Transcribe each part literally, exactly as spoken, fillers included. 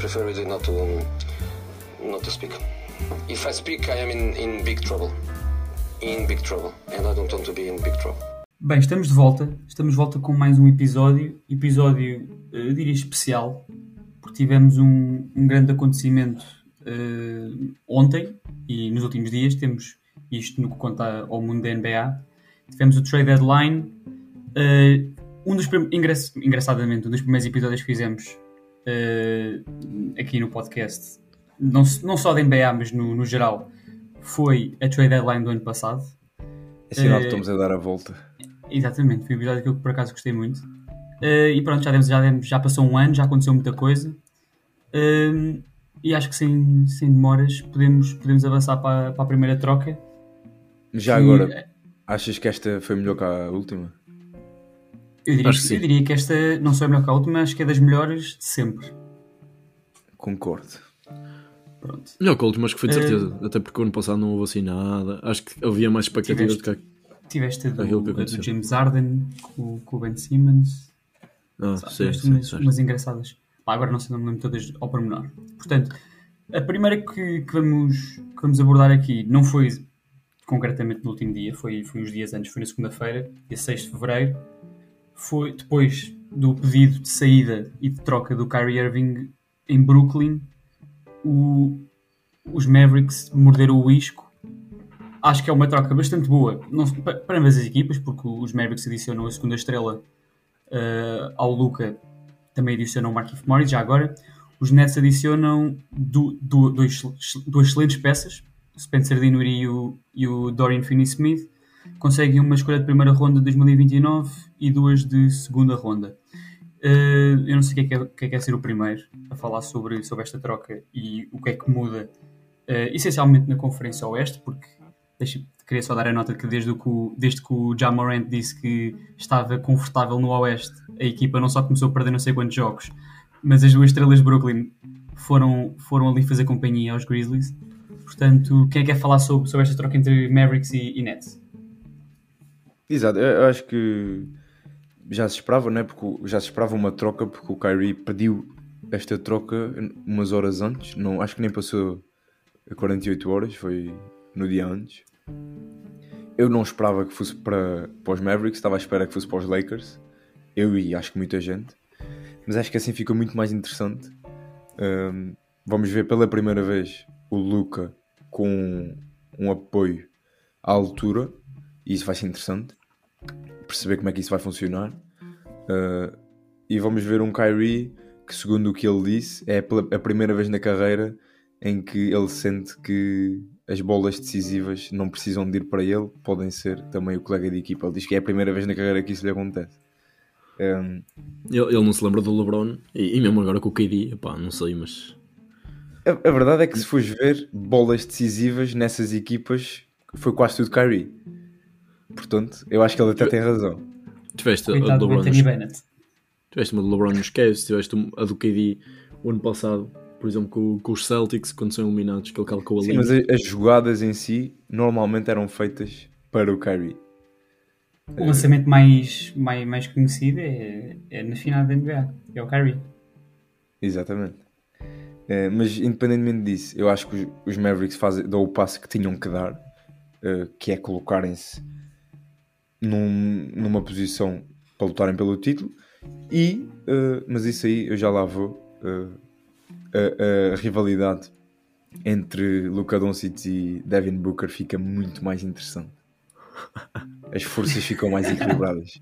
prefer really not to um, not to speak. If I speak, I am in, in big trouble. In big trouble. And I don't want to be in big trouble. Bem, estamos de volta. Estamos de volta com mais um episódio. Episódio, eu diria, especial. Porque tivemos um, um grande acontecimento uh, ontem e nos últimos dias. Temos isto no que conta ao mundo da N B A. Tivemos o trade deadline. Uh, um dos prim- engra- engraçadamente, um dos primeiros episódios que fizemos uh, aqui no podcast, não, não só da N B A, mas no, no geral, foi a trade deadline do ano passado. É sinal uh, que estamos a dar a volta. Exatamente, foi um episódio que eu por acaso gostei muito. Uh, e pronto, já, demos, já, demos, já passou um ano, já aconteceu muita coisa. Uh, e acho que sem, sem demoras podemos, podemos avançar para, para a primeira troca. Já que, agora, achas que esta foi melhor que a última? Eu diria, Acho que, que eu diria que esta não só é melhor que a última, acho que é das melhores de sempre. Concordo. Pronto. Melhor que a última, acho que foi de certeza. Uh, Até porque o ano passado não houve assim nada. Acho que havia mais expectativas do que a... Tiveste a do, aquilo que a do aconteceu. James Harden com, com o Ben Simmons. Ah, Sabe, sim, tiveste sim, umas, sim. umas engraçadas. Pá, agora não sei, não me lembro todas ao pormenor. Portanto, a primeira que, que, vamos, que vamos abordar aqui não foi concretamente no último dia, foi, foi uns dias antes, foi na segunda-feira, dia seis de fevereiro. Foi depois do pedido de saída e de troca do Kyrie Irving em Brooklyn. O, os Mavericks morderam o isco. Acho que é uma troca bastante boa, não, para, para ambas as equipas, porque os Mavericks adicionam a segunda estrela uh, ao Luka, também adicionam o Markieff Morris. Já agora, os Nets adicionam do, do, dois, duas excelentes peças, o Spencer Dinwiddie e o, e o Dorian Finney-Smith. Conseguem uma escolha de primeira ronda de dois mil e vinte e nove e duas de segunda ronda. Uh, eu não sei o que é que é, que é, que é ser o primeiro a falar sobre, sobre esta troca e o que é que muda, uh, essencialmente na Conferência Oeste, porque deixa, queria só dar a nota que desde, o que o, desde que o Ja Morant disse que estava confortável no Oeste, a equipa não só começou a perder não sei quantos jogos, mas as duas estrelas de Brooklyn foram, foram ali fazer companhia aos Grizzlies. Portanto, quem é que quer falar sobre, sobre esta troca entre Mavericks e, e Nets? Exato, eu eu acho que já se esperava, né? Porque já se esperava uma troca, porque o Kyrie pediu esta troca umas horas antes. Não, acho que nem passou quarenta e oito horas, foi no dia antes. Eu não esperava que fosse para, para os Mavericks, estava à espera que fosse para os Lakers. Eu e acho que muita gente. Mas acho que assim fica muito mais interessante. Um, vamos ver pela primeira vez o Luka com um apoio à altura. E isso vai ser interessante. Perceber como é que isso vai funcionar. Uh, e vamos ver um Kyrie que, segundo o que ele disse, é a primeira vez na carreira em que ele sente que as bolas decisivas não precisam de ir para ele, podem ser também o colega de equipa. Ele diz que é a primeira vez na carreira que isso lhe acontece. Um, ele, ele não se lembra do LeBron e, e mesmo agora com o K D, epá, não sei, mas... a, a verdade é que se fores ver bolas decisivas nessas equipas, foi quase tudo Kyrie. Portanto, eu acho que ele até tem razão. Tiveste a Coitado do do LeBron Anthony nos... Bennett. Tiveste uma do LeBron nos Cavs, tiveste a do K D o ano passado, por exemplo, com, com os Celtics, quando são eliminados, que ele calcou ali. Sim, mas as, as jogadas em si normalmente eram feitas para o Kyrie. O lançamento mais, mais, mais conhecido é, é na final da N B A, é o Kyrie. Exatamente. É, mas independentemente disso, eu acho que os, os Mavericks fazem, dão o passo que tinham que dar, uh, que é colocarem-se num, numa posição para lutarem pelo título. E, uh, mas isso aí eu já lá vou. Uh, a, a rivalidade entre Luka Doncic e Devin Booker fica muito mais interessante. As forças ficam mais equilibradas.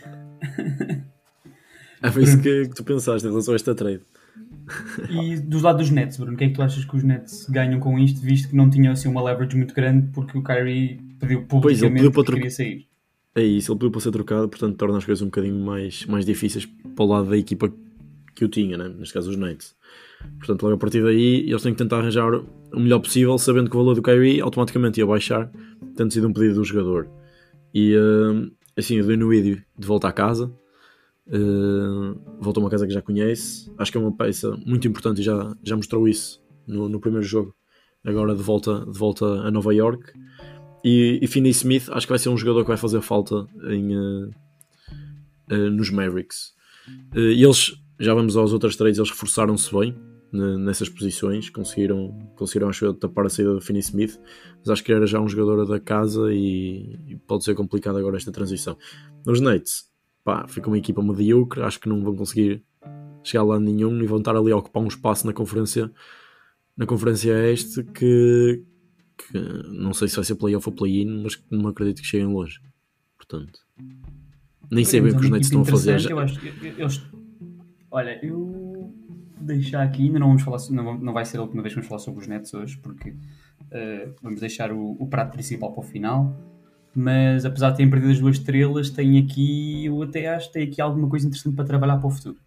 É foi isso que, que tu pensaste em relação a esta trade. E dos lados dos Nets, Bruno, o que é que tu achas que os Nets ganham com isto, visto que não tinham assim uma leverage muito grande porque o Kyrie pediu Pois, ele publicamente pediu para que trocar. queria sair? É isso, ele pediu para ser trocado, portanto torna as coisas um bocadinho mais, mais difíceis para o lado da equipa que o tinha, né? Neste caso os Nets. Portanto, logo a partir daí eles têm que tentar arranjar o melhor possível, sabendo que o valor do Kyrie automaticamente ia baixar, tendo sido um pedido do jogador. E uh, assim, eu dei no vídeo de volta à casa, uh, volta a uma casa que já conhece, acho que é uma peça muito importante e já, já mostrou isso no, no primeiro jogo, agora de volta, de volta a Nova York. E, e Finney Smith acho que vai ser um jogador que vai fazer falta em, uh, uh, nos Mavericks. Uh, e eles, já vamos aos outros trades, eles reforçaram-se bem. nessas posições, conseguiram, conseguiram acho eu, tapar a saída do Finney Smith, mas acho que era já um jogador da casa e, e pode ser complicado agora esta transição. Nos Nets, pá, fica uma equipa medíocre, acho que não vão conseguir chegar lá nenhum e vão estar ali a ocupar um espaço na conferência na conferência este que, que não sei se vai ser playoff ou play-in, mas não acredito que cheguem longe, portanto nem sei bem o que os Nets estão a fazer já. Eu acho que eles... olha, eu deixar aqui, ainda não vamos falar, não, não vai ser a última vez que vamos falar sobre os Nets hoje, porque uh, vamos deixar o, o prato principal para o final, mas apesar de terem perdido as duas estrelas, tem aqui, eu até acho que tem aqui alguma coisa interessante para trabalhar para o futuro.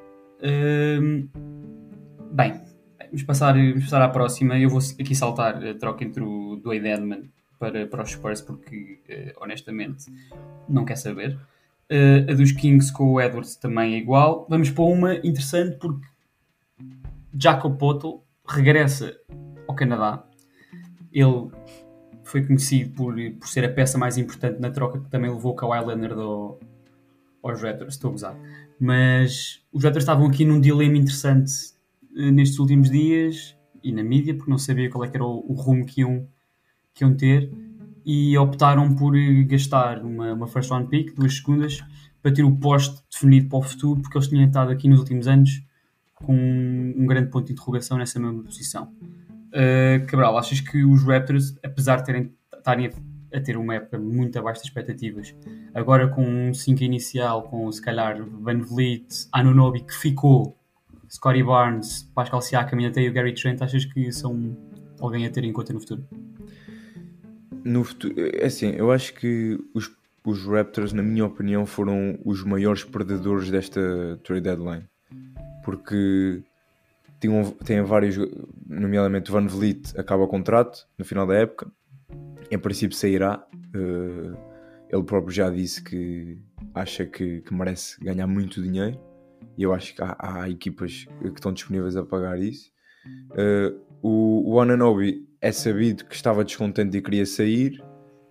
Uh, bem, vamos passar, vamos passar à próxima. Eu vou aqui saltar a troca entre o Dwayne Dedmon para, para os Spurs, porque uh, honestamente não quer saber. Uh, a dos Kings com o Edwards também é igual. Vamos para uma interessante porque Jakob Poeltl regressa ao Canadá. Ele foi conhecido por, por ser a peça mais importante na troca que também levou o Kawhi Leonard ao, aos Raptors. Estou a gozar. Mas os Raptors estavam aqui num dilema interessante uh, nestes últimos dias e na mídia, porque não sabia qual é que era o, o rumo que iam, que iam ter, e optaram por gastar uma, uma first round pick, duas segundas, para ter o poste definido para o futuro, porque eles tinham estado aqui nos últimos anos com um, um grande ponto de interrogação nessa mesma posição. Uh, Cabral, achas que os Raptors, apesar de terem, estarem a, a ter uma época muito abaixo das expectativas, agora com um cinco inicial, com se calhar Van Vliet, Anunoby, que ficou, Scottie Barnes, Pascal Siakam e até o Gary Trent, achas que são alguém a ter em conta no futuro? No futuro, assim, eu acho que os, os Raptors, na minha opinião, foram os maiores perdedores desta trade deadline, porque tinham, têm vários, nomeadamente Van Vliet acaba o contrato no final da época, em princípio sairá, uh, ele próprio já disse que acha que, que merece ganhar muito dinheiro, e eu acho que há, há equipas que estão disponíveis a pagar isso. Uh, o, o Anunoby é sabido que estava descontente e queria sair,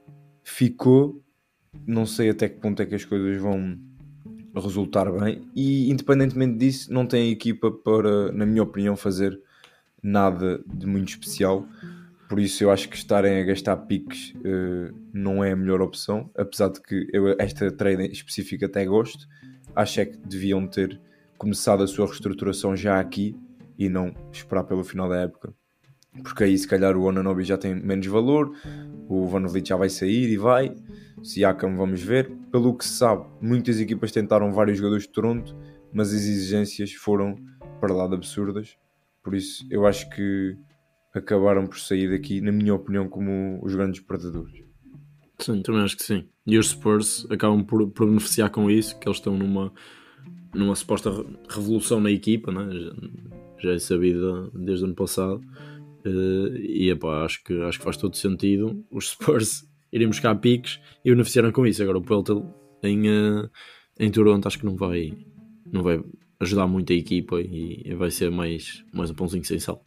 ficou, não sei até que ponto é que as coisas vão resultar bem, e independentemente disso não tem equipa para, na minha opinião, fazer nada de muito especial, por isso eu acho que estarem a gastar piques uh, não é a melhor opção, apesar de que eu esta trade específica até gosto, acho é que deviam ter começado a sua reestruturação já aqui e não esperar pelo final da época, porque aí se calhar o Anunoby já tem menos valor, o Van Vliet já vai sair e vai, Siakam vamos ver, pelo que se sabe muitas equipas tentaram vários jogadores de Toronto, mas as exigências foram para lá de absurdas, por isso eu acho que acabaram por sair daqui, na minha opinião, como os grandes perdedores. Sim, também acho que sim, e os Spurs acabam por, por beneficiar com isso, que eles estão numa numa suposta revolução na equipa, né? já, já é sabida desde o ano passado. Uh, e epá, acho, que, acho que faz todo sentido os Spurs irem buscar piques e beneficiaram com isso. Agora o Poeltl em, uh, em Toronto acho que não vai, não vai ajudar muito a equipa e, e vai ser mais, mais um pãozinho sem sal.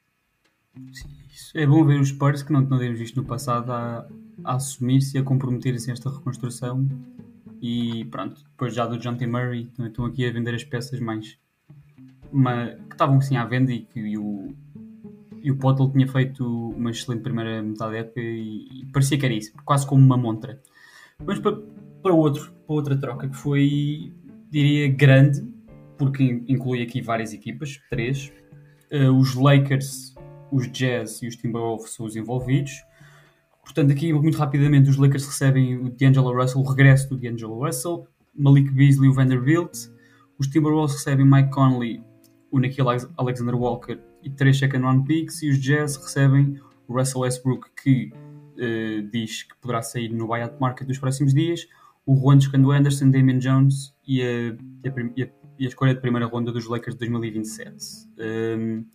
Sim, isso. É bom ver os Spurs que não, não temos visto no passado a, a assumir-se e a comprometer-se nesta reconstrução, e pronto, depois já do John T. Murray estão aqui a vender as peças mais uma, que estavam assim à venda, e que e o E o Poeltl tinha feito uma excelente primeira metade da época e, e parecia que era isso, quase como uma montra. Vamos para, para, outro, para outra troca que foi, diria, grande, porque inclui aqui várias equipas, três. Uh, os Lakers, os Jazz e os Timberwolves são os envolvidos. Portanto, aqui muito rapidamente os Lakers recebem o D'Angelo Russell, o regresso do D'Angelo Russell, Malik Beasley e o Vanderbilt. Os Timberwolves recebem Mike Conley, o Nickeil Alexander Walker e três second round picks, e os Jazz recebem o Russell Westbrook, que uh, diz que poderá sair no buyout market nos próximos dias, o Juan Toscano Anderson, Damian Jones e a, e, a, e, a, e a escolha de primeira ronda dos Lakers de dois mil e vinte e sete. Um,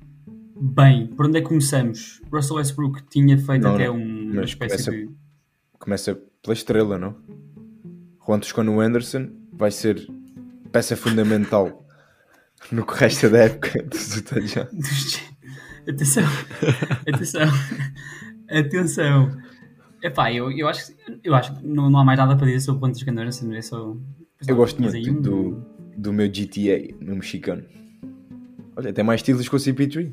bem, por onde é que começamos? Russell Westbrook tinha feito não, até não. Um, uma espécie começa, de... Começa pela estrela, não? Juan Toscano Anderson vai ser peça fundamental no que resta da época dos Utah Jazz. Atenção, atenção, atenção. Epá, eu, eu acho que, eu acho que não, não há mais nada para dizer sobre quantos ganhadores, é só... Eu gosto Mas muito aí um- do, do meu G T A, meu mexicano. Olha, tem mais títulos que o C P três.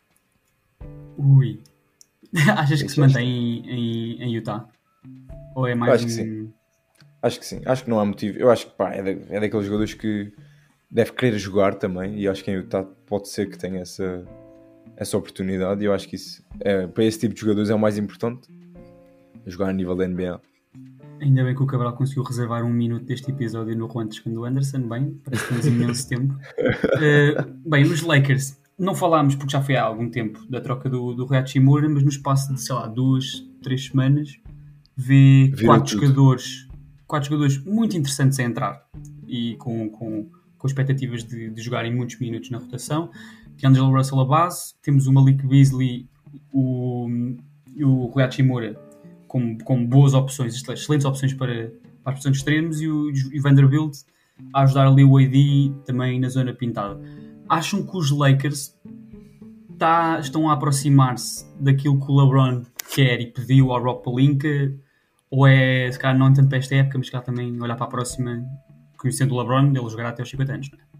Ui. Achas que Isso se mantém em, em, em Utah? Ou é Eu mais acho que sim. Acho que sim. Acho que não há motivo. Eu acho que pá, é, da, é daqueles jogadores que deve querer jogar também. E acho que em Utah pode ser que tenha essa, essa oportunidade. E eu acho que isso, é, para esse tipo de jogadores, é o mais importante. Jogar a nível da N B A. Ainda bem que o Cabral conseguiu reservar um minuto deste episódio no Juan do Anderson. Bem, parece que temos imenso tempo. Uh, bem, os Lakers, não falámos porque já foi há algum tempo da troca do, do Rui Hachimura, mas no espaço de, sei lá, duas, três semanas, vê Virou quatro tudo. jogadores, quatro jogadores muito interessantes a entrar e com, com, com expectativas de, de jogarem muitos minutos na rotação. D'Angelo Russell a base, temos o Malik Beasley o, e o Rui Hachimura com, com boas opções, excelentes opções para, para as posições extremos, e o, e o Vanderbilt a ajudar ali o A D também na zona pintada. Acham que os Lakers tá, estão a aproximar-se daquilo que o LeBron quer e pediu ao Rob Pelinka, ou é, se calhar, não tanto para esta época, mas se calhar também olhar para a próxima, conhecendo o LeBron, ele jogará até aos cinquenta anos, não é?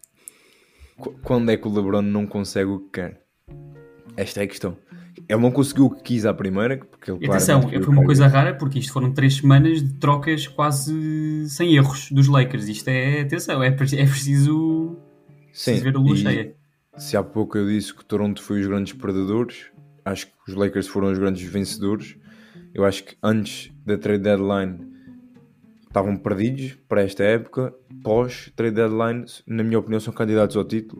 Quando é que o LeBron não consegue o que quer? Esta é a questão. Ele não conseguiu o que quis à primeira, porque ele E atenção, claramente foi uma queria- coisa rara, porque isto foram três semanas de trocas quase sem erros dos Lakers. Isto é, atenção, é, pre- é preciso, Sim, preciso ver a lua e cheia. se há pouco eu disse que Toronto foi os grandes perdedores, acho que os Lakers foram os grandes vencedores. Eu acho que antes da trade deadline estavam perdidos para esta época. Pós trade deadline, na minha opinião, são candidatos ao título.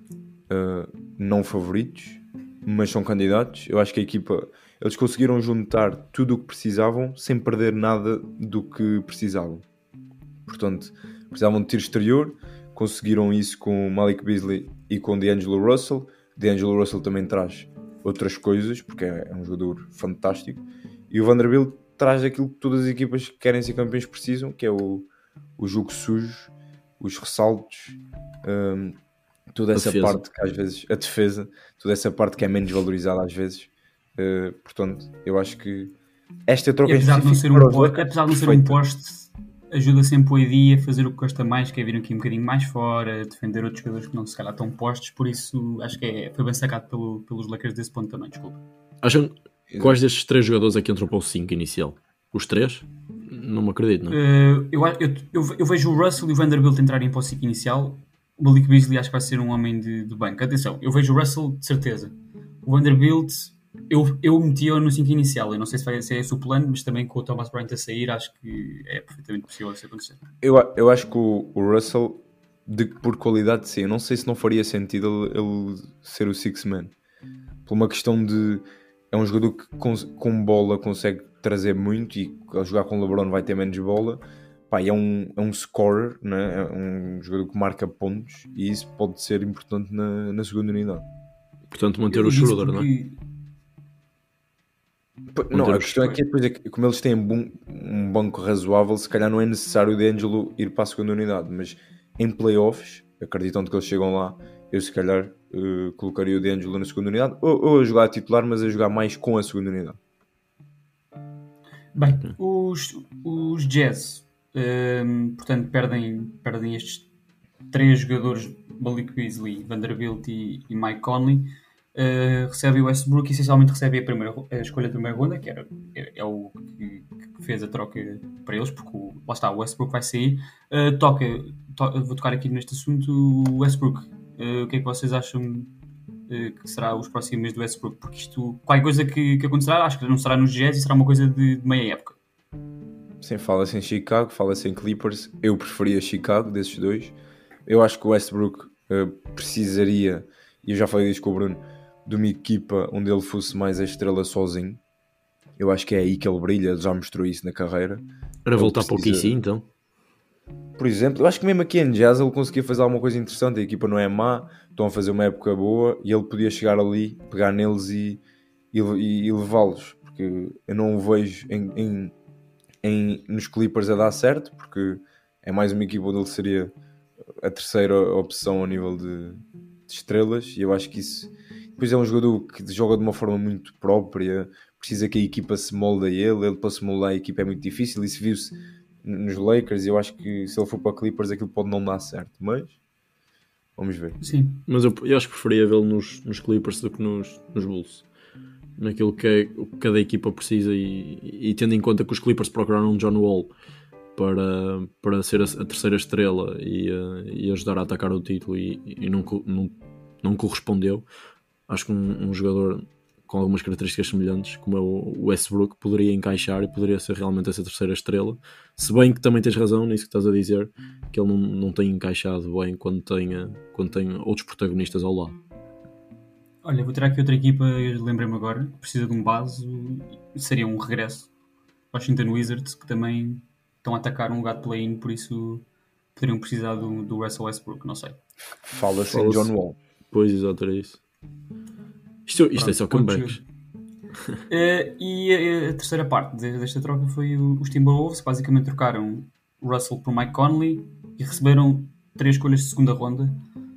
Uh, não favoritos, mas são candidatos. Eu acho que a equipa, eles conseguiram juntar tudo o que precisavam sem perder nada do que precisavam. Portanto, precisavam de tiro exterior, conseguiram isso com o Malik Beasley e com o D'Angelo Russell. D'Angelo Russell também traz outras coisas, porque é, é um jogador fantástico. E o Vanderbilt traz aquilo que todas as equipas que querem ser campeões precisam, que é o, o jogo sujo, os ressaltos, hum, toda A essa defesa. parte que às vezes, a defesa, toda essa parte que é menos valorizada às vezes. Uh, portanto, eu acho que esta troca E em apesar de não ser específico um, para os po- Lakers, apesar de não ser um perfeita. poste, ajuda sempre o A D a fazer o que gosta mais, que é vir aqui um bocadinho mais fora, a defender outros jogadores que não se calhar estão postos, por isso acho que é, foi bem sacado pelo, pelos Lakers desse ponto também, desculpa. Acham quais destes três jogadores é que entram para o cinco inicial? Os três? Não me acredito, não é? Uh, eu, eu, eu, eu vejo o Russell e o Vanderbilt entrarem para o cinco inicial. O Malik Beasley acho que vai ser um homem de, de banco. Atenção, eu vejo o Russell de certeza. O Vanderbilt, eu, eu meti-o no cinco inicial. Eu não sei se, vai, se é esse o plano, mas também com o Thomas Bryant a sair, acho que é perfeitamente possível isso acontecer. Eu, eu acho que o, o Russell, de, por qualidade, sim. Eu não sei se não faria sentido ele, ele ser o six man. Por uma questão de... É um jogador que com, com bola consegue trazer muito, e ao jogar com o LeBron vai ter menos bola. Pá, e é um, é um scorer, né? É um jogador que marca pontos, e isso pode ser importante na, na segunda unidade. Portanto, manter Eu o digo isso Schroeder, não é? porque- P- Manter Não, a os questão é que depois é que, como eles têm bom- um banco razoável, se calhar não é necessário o D'Angelo ir para a segunda unidade, mas em playoffs, acreditando que eles chegam lá, eu se calhar uh, colocaria o D'Angelo na segunda unidade, ou, ou a jogar a titular, mas a jogar mais com a segunda unidade. Bem, os, os Jazz, hum, portanto, perdem, perdem estes três jogadores, Malik Beasley, Vanderbilt e, e Mike Conley. Uh, recebe o Westbrook e essencialmente recebe a, primeira, ro- a escolha da primeira ronda, que era, é, é o que, que fez a troca para eles, porque o, lá está, o Westbrook vai sair. Uh, toca, to- vou tocar aqui neste assunto, o Westbrook. Uh, o que é que vocês acham uh, que será os próximos meses do Westbrook? Porque isto, qualquer coisa que, que acontecerá, acho que não será nos Jazz e será uma coisa de, de meia época. Sim, fala-se em Chicago, fala-se em Clippers. Eu preferia Chicago desses dois. Eu acho que o Westbrook uh, precisaria, e eu já falei disso com o Bruno, de uma equipa onde ele fosse mais a estrela sozinho. Eu acho que é aí que ele brilha, ele já mostrou isso na carreira. Era Ele voltar para o precisa- K C, então? Por exemplo, eu acho que mesmo aqui em Jazz ele conseguia fazer alguma coisa interessante. A equipa não é má, estão a fazer uma época boa, e ele podia chegar ali, pegar neles e, e, e- e levá-los. Porque eu não o vejo em, em, em- nos Clippers a dar certo, porque é mais uma equipa onde ele seria a terceira opção a nível de, de estrelas, e eu acho que isso... Depois é um jogador que joga de uma forma muito própria, precisa que a equipa se molde a ele, ele para se moldar a equipa é muito difícil, isso viu-se nos Lakers, e eu acho que se ele for para Clippers aquilo pode não dar certo, mas Vamos ver. Sim. Mas eu, eu acho que preferia vê-lo nos, nos Clippers do que nos, nos Bulls. Naquilo que, é, o que cada equipa precisa e, e tendo em conta que os Clippers procuraram um John Wall para, para ser a, a terceira estrela e, uh, e ajudar a atacar o título e, e não, não, não correspondeu. Acho que um, um jogador com algumas características semelhantes, como é o Westbrook, poderia encaixar e poderia ser realmente essa terceira estrela. Se bem que também tens razão nisso que estás a dizer, que ele não, não tem encaixado bem quando tem, quando tem outros protagonistas ao lado. Olha, vou tirar aqui outra equipa, lembrei-me agora, precisa de um base, seria um regresso. Washington Wizards, que também estão a atacar um lugar de play-in, por isso poderiam precisar do, do Russell Westbrook, não sei. Fala-se em John Wall. Pois, exato, era isso. Isto, isto Pronto, é só comebacks. Uh, e a, a terceira parte desta troca foi o, os Timberwolves, que basicamente trocaram o Russell por Mike Conley e receberam três escolhas de segunda ronda.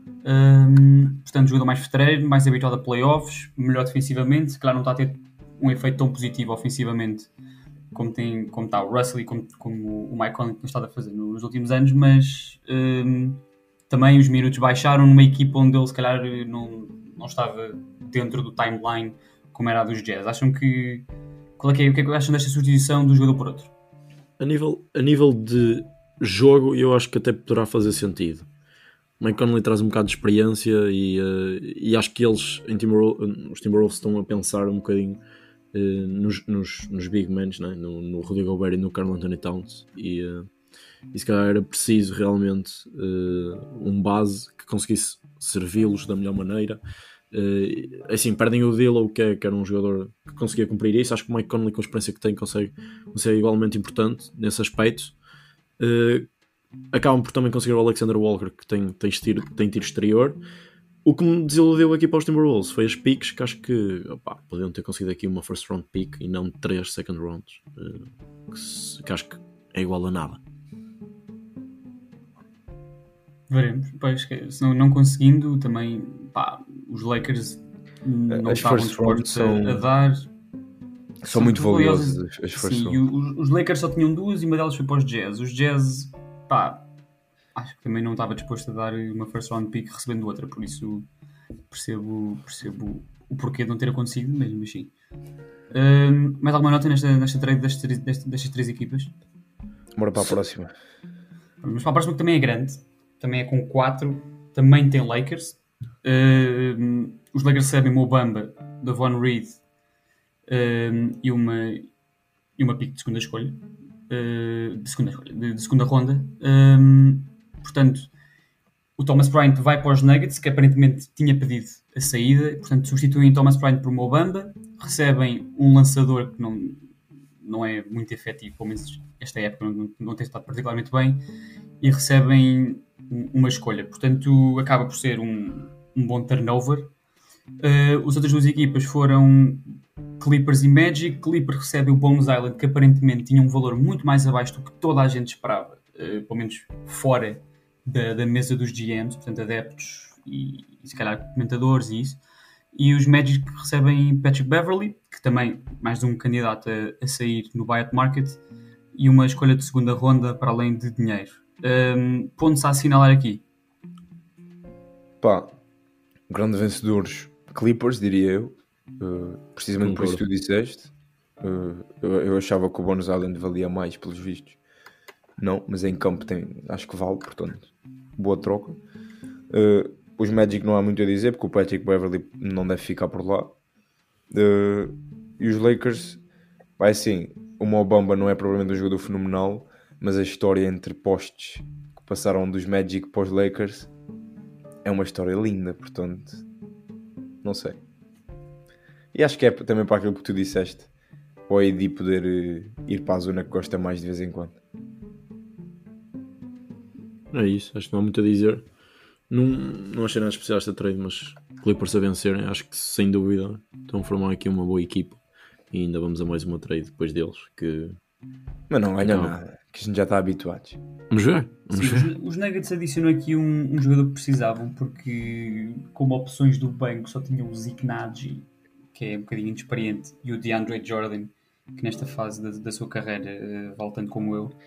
Um, portanto, jogador mais veterano, mais habituado a playoffs, melhor defensivamente, se calhar não está a ter um efeito tão positivo ofensivamente como, tem, como está o Russell e como, como o Mike Conley tem estado a fazer nos últimos anos, mas um, também os minutos baixaram numa equipa onde ele se calhar não, não estava dentro do timeline como era a dos Jazz. Acham que... Qual é que é, o que é que acham desta substituição do jogador por outro? A nível, a nível de jogo, eu acho que até poderá fazer sentido. Mike Conley traz um bocado de experiência e, uh, e acho que eles, em Timberwolves, os Timberwolves estão a pensar um bocadinho uh, nos, nos, nos big men, né? no, no Rudy Gobert e no Karl Anthony Towns. E, uh, e se calhar era preciso realmente uh, um base que conseguisse servi-los da melhor maneira. Uh, assim, perdem o D'Lo, que, é, que era um jogador que conseguia cumprir isso. Acho que o Mike Conley, com a experiência que tem, consegue, consegue igualmente importante nesse aspecto. Uh, acabam por também conseguir o Alexander Walker, que tem, tem, tiro, tem tiro exterior. O que me desiludiu aqui para os Timberwolves foi as picks, que acho que opa, podiam ter conseguido aqui uma first round pick e não três second rounds, uh, que, que acho que é igual a nada. Veremos. Pois, se não, não conseguindo, também pá, os Lakers não as estavam first dispostos são, a, a dar. São, São muito valiosas. valiosas as first Sim, e os, os Lakers só tinham duas e uma delas foi para os Jazz. Os Jazz, pá, acho que também não estava disposto a dar uma first round pick recebendo outra, por isso percebo, percebo o porquê de não ter acontecido, mesmo assim. Um, mais alguma nota nesta, nesta trade destas, destas, destas três equipas? Bora para a próxima. Mas para a próxima, que também é grande, também é com quatro, também tem Lakers. Um, os Lakers recebem Mo Bamba, Davon Reed um, e uma e uma pick de segunda escolha, uh, de segunda escolha, de, de segunda ronda. Um, portanto, o Thomas Bryant vai para os Nuggets, que aparentemente tinha pedido a saída, portanto substituem Thomas Bryant por Mo Bamba, recebem um lançador que não, não é muito efetivo, pelo menos esta época não, não tem estado particularmente bem, e recebem uma escolha. Portanto, acaba por ser um, um bom turnover. Uh, as outras duas equipas foram Clippers e Magic. Clippers recebe o Bones Island, que aparentemente tinha um valor muito mais abaixo do que toda a gente esperava, uh, pelo menos fora da, da mesa dos G Ms, portanto adeptos e, e se calhar comentadores e isso. E os Magic recebem Patrick Beverley, que também mais um candidato a, a sair no buyout market, e uma escolha de segunda ronda para além de dinheiro. Um, pontos a assinalar aqui. Pá, grandes vencedores Clippers, diria eu, uh, precisamente por isso que tu disseste. uh, eu, eu achava que o Bones Island valia mais pelos vistos, não, mas em campo tem, acho que vale, portanto boa troca. uh, os Magic não há muito a dizer, porque o Patrick Beverley não deve ficar por lá. uh, e os Lakers, vai assim, o Mo Bamba não é provavelmente um jogador fenomenal, mas a história entre postes que passaram dos Magic para os Lakers é uma história linda, portanto não sei. E acho que é também para aquilo que tu disseste, o A D poder uh, ir para a zona que gosta mais de vez em quando. É isso, acho que não há muito a dizer. Não, não achei nada especial esta trade, mas Clippers a vencerem, acho que sem dúvida estão a formar aqui uma boa equipa e ainda vamos a mais uma trade depois deles que... Mas não ganha nada, que a gente já está habituados. Vamos ver, vamos Sim, ver. os, os Nuggets adicionam aqui um, um jogador que precisavam, porque como opções do banco só tinham o Zeke Naji, que é um bocadinho inexperiente, e o DeAndre Jordan, que nesta fase da, da sua carreira uh, vale tanto como eu.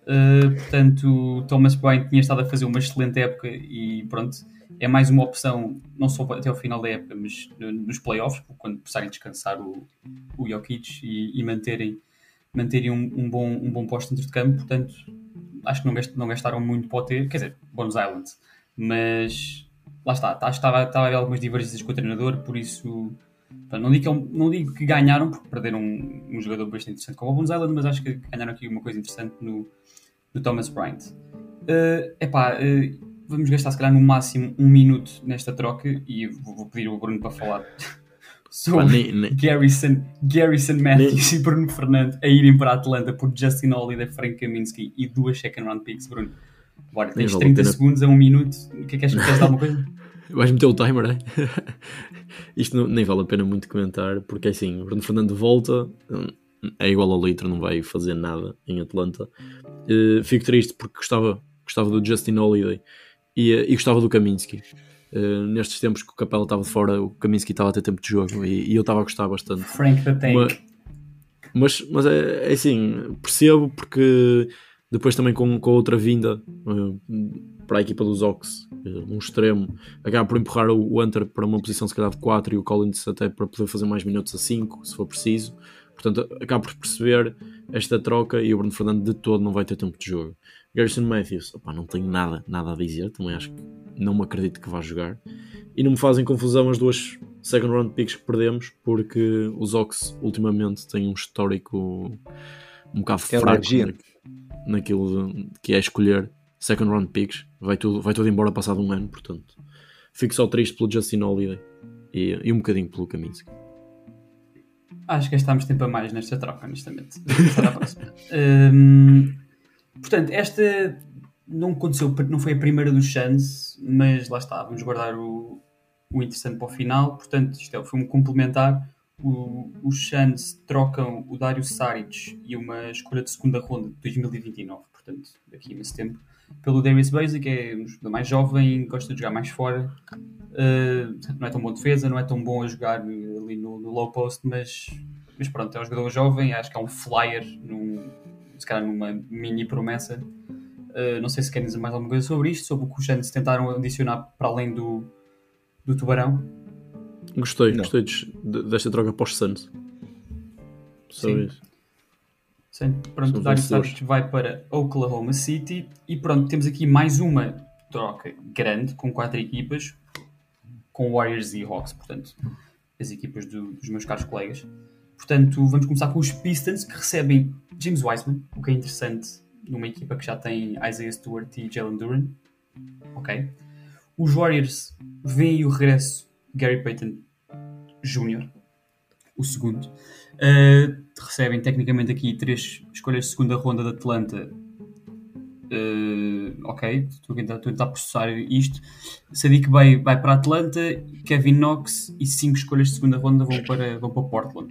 Uh, portanto, Thomas Bryant tinha estado a fazer uma excelente época e pronto, é mais uma opção, não só até ao final da época, mas nos playoffs, quando precisarem descansar o, o Jokic e, e manterem, manterem um, um, bom, um bom posto dentro de campo. Portanto, acho que não, gast, não gastaram muito para o ter, quer dizer, Bones Island, mas lá está, acho que estava, estava a haver algumas divergências com o treinador, por isso não digo, que, não digo que ganharam, porque perderam um, um jogador bastante interessante como o Bones Island, mas acho que ganharam aqui uma coisa interessante no, no Thomas Bryant. Uh, epá, uh, vamos gastar se calhar no máximo um minuto nesta troca e vou, vou pedir ao Bruno para falar sobre Pá, nem, nem... Garrison, Garrison Matthews nem... e Bruno Fernando a irem para a Atlanta por Justin Holiday, Frank Kaminsky e duas second round picks. Bruno, bora, tens vale trinta pena... segundos a um minuto. O que é que és? Queres dar alguma coisa? Vais meter o timer, é? Isto não, nem vale a pena muito comentar, porque assim, o Bruno Fernando volta, é igual ao litro, não vai fazer nada em Atlanta. Uh, fico triste porque gostava, gostava do Justin Holiday e, e gostava do Kaminsky. Uh, nestes tempos que o Capela estava de fora, o Kaminsky estava a ter tempo de jogo e, e eu estava a gostar bastante. Frank the Tank. Mas, mas, mas é, é assim, percebo, porque depois também com, com a outra vinda uh, para a equipa dos Hawks, uh, um extremo, acaba por empurrar o, o Hunter para uma posição se calhar de quatro e o Collins até para poder fazer mais minutos a cinco, se for preciso. Portanto, acaba por perceber esta troca e o Bruno Fernando de todo não vai ter tempo de jogo. Garrison Matthews, opa, não tenho nada, nada a dizer, também acho que não me acredito que vá jogar. E não me fazem confusão as duas second round picks que perdemos, porque os Hawks ultimamente têm um histórico um bocado é fraco na, naquilo de, que é escolher second round picks. Vai tudo, vai tudo embora passado um ano, portanto. Fico só triste pelo Justin Holiday e, e um bocadinho pelo Kaminsky. Acho que gastámos tempo a mais nesta troca, honestamente. hum, portanto, esta não aconteceu, não foi a primeira dos Suns, mas lá está, vamos guardar o, o interessante para o final. Portanto, isto é, foi um complementar. O, os Suns trocam o Dario Saric e uma escolha de segunda ronda de dois mil e vinte e nove, portanto, daqui nesse tempo, pelo Darius Bazley, que é um jogador mais jovem, gosta de jogar mais fora. Uh, não é tão bom defesa, não é tão bom a jogar ali no, no low post, mas, mas pronto, é um jogador jovem, acho que é um flyer, num, se calhar numa mini promessa. Uh, não sei se querem dizer mais alguma coisa sobre isto, sobre o que os Suns tentaram adicionar para além do, do Tubarão. Gostei, não. gostei de, de, desta troca para os Suns. Só Sim. isso. Sim, pronto, o Dario Saric vai para Oklahoma City e pronto, temos aqui mais uma troca grande com quatro equipas, com Warriors e Hawks, portanto, as equipas do, dos meus caros colegas. Portanto, vamos começar com os Pistons, que recebem James Wiseman, o que é interessante numa equipa que já tem Isaiah Stewart e Jalen Duren. Ok. Os Warriors veem o regresso de Gary Payton Júnior, o segundo. Uh, recebem tecnicamente aqui três escolhas de segunda ronda de Atlanta. Uh, ok, estou a tentar processar isto. Sadiq Bey vai para Atlanta, Kevin Knox e cinco escolhas de segunda ronda vão para, vão para Portland.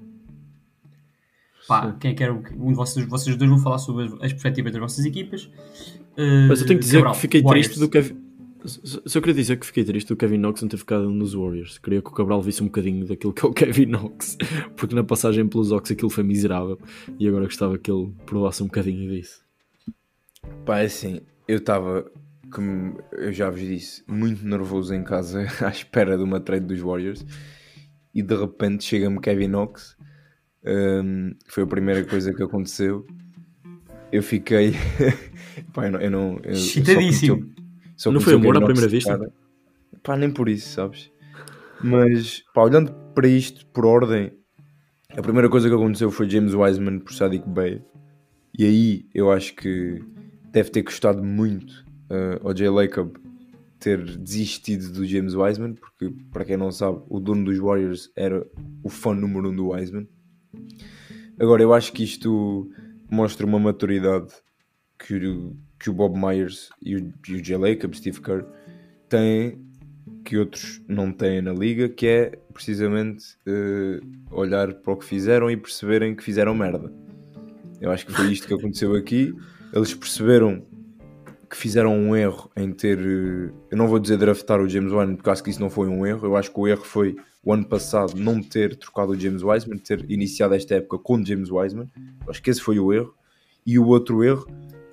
Pá, quem quer um de vocês, vocês dois vão falar sobre as, as perspectivas das vossas equipas. Uh, Mas eu tenho que dizer Cabral, que fiquei Warriors. triste do Kevin. Só queria dizer que fiquei triste do Kevin Knox não ter ficado nos Warriors. Queria que o Cabral visse um bocadinho daquilo que é o Kevin Knox, porque na passagem pelos Hawks aquilo foi miserável e agora gostava que ele provasse um bocadinho disso. Pá, é assim, eu estava, como eu já vos disse, muito nervoso em casa à espera de uma trade dos Warriors e de repente chega-me Kevin Knox. Um, foi a primeira coisa que aconteceu. Eu fiquei pá, eu não, eu não eu, Chitadíssimo. Só não foi amor à primeira vista? Cara. Pá, nem por isso, sabes? Mas, pá, olhando para isto por ordem, a primeira coisa que aconteceu foi James Wiseman por Sadiq Bey. E aí eu acho que deve ter custado muito uh, ao Jay Lacob ter desistido do James Wiseman, porque, para quem não sabe, o dono dos Warriors era o fã número um do Wiseman. Agora, eu acho que isto mostra uma maturidade que o, que o Bob Myers e o, e o Jay Lacob, Steve Kerr, têm, que outros não têm na liga, que é precisamente uh, olhar para o que fizeram e perceberem que fizeram merda. Eu acho que foi isto que aconteceu aqui. Eles perceberam que fizeram um erro em ter... Uh, eu não vou dizer draftar o James Wiseman, porque acho que isso não foi um erro. Eu acho que o erro foi o ano passado não ter trocado o James Wiseman, ter iniciado esta época com James Wiseman. Eu acho que esse foi o erro. E o outro erro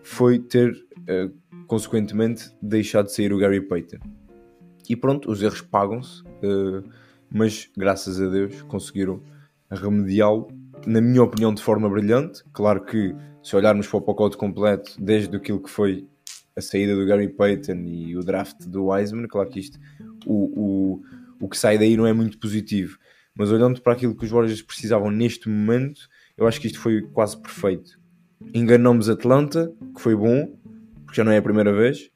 foi ter, uh, consequentemente, deixado de sair o Gary Payton. E pronto, os erros pagam-se, uh, mas graças a Deus conseguiram remediá-lo, na minha opinião, de forma brilhante. Claro que, se olharmos para o pacote completo, desde aquilo que foi a saída do Gary Payton e o draft do Wiseman, claro que isto, o, o, o que sai daí não é muito positivo. Mas olhando para aquilo que os Warriors precisavam neste momento, eu acho que isto foi quase perfeito. Enganamos Atlanta, que foi bom, porque já não é a primeira vez,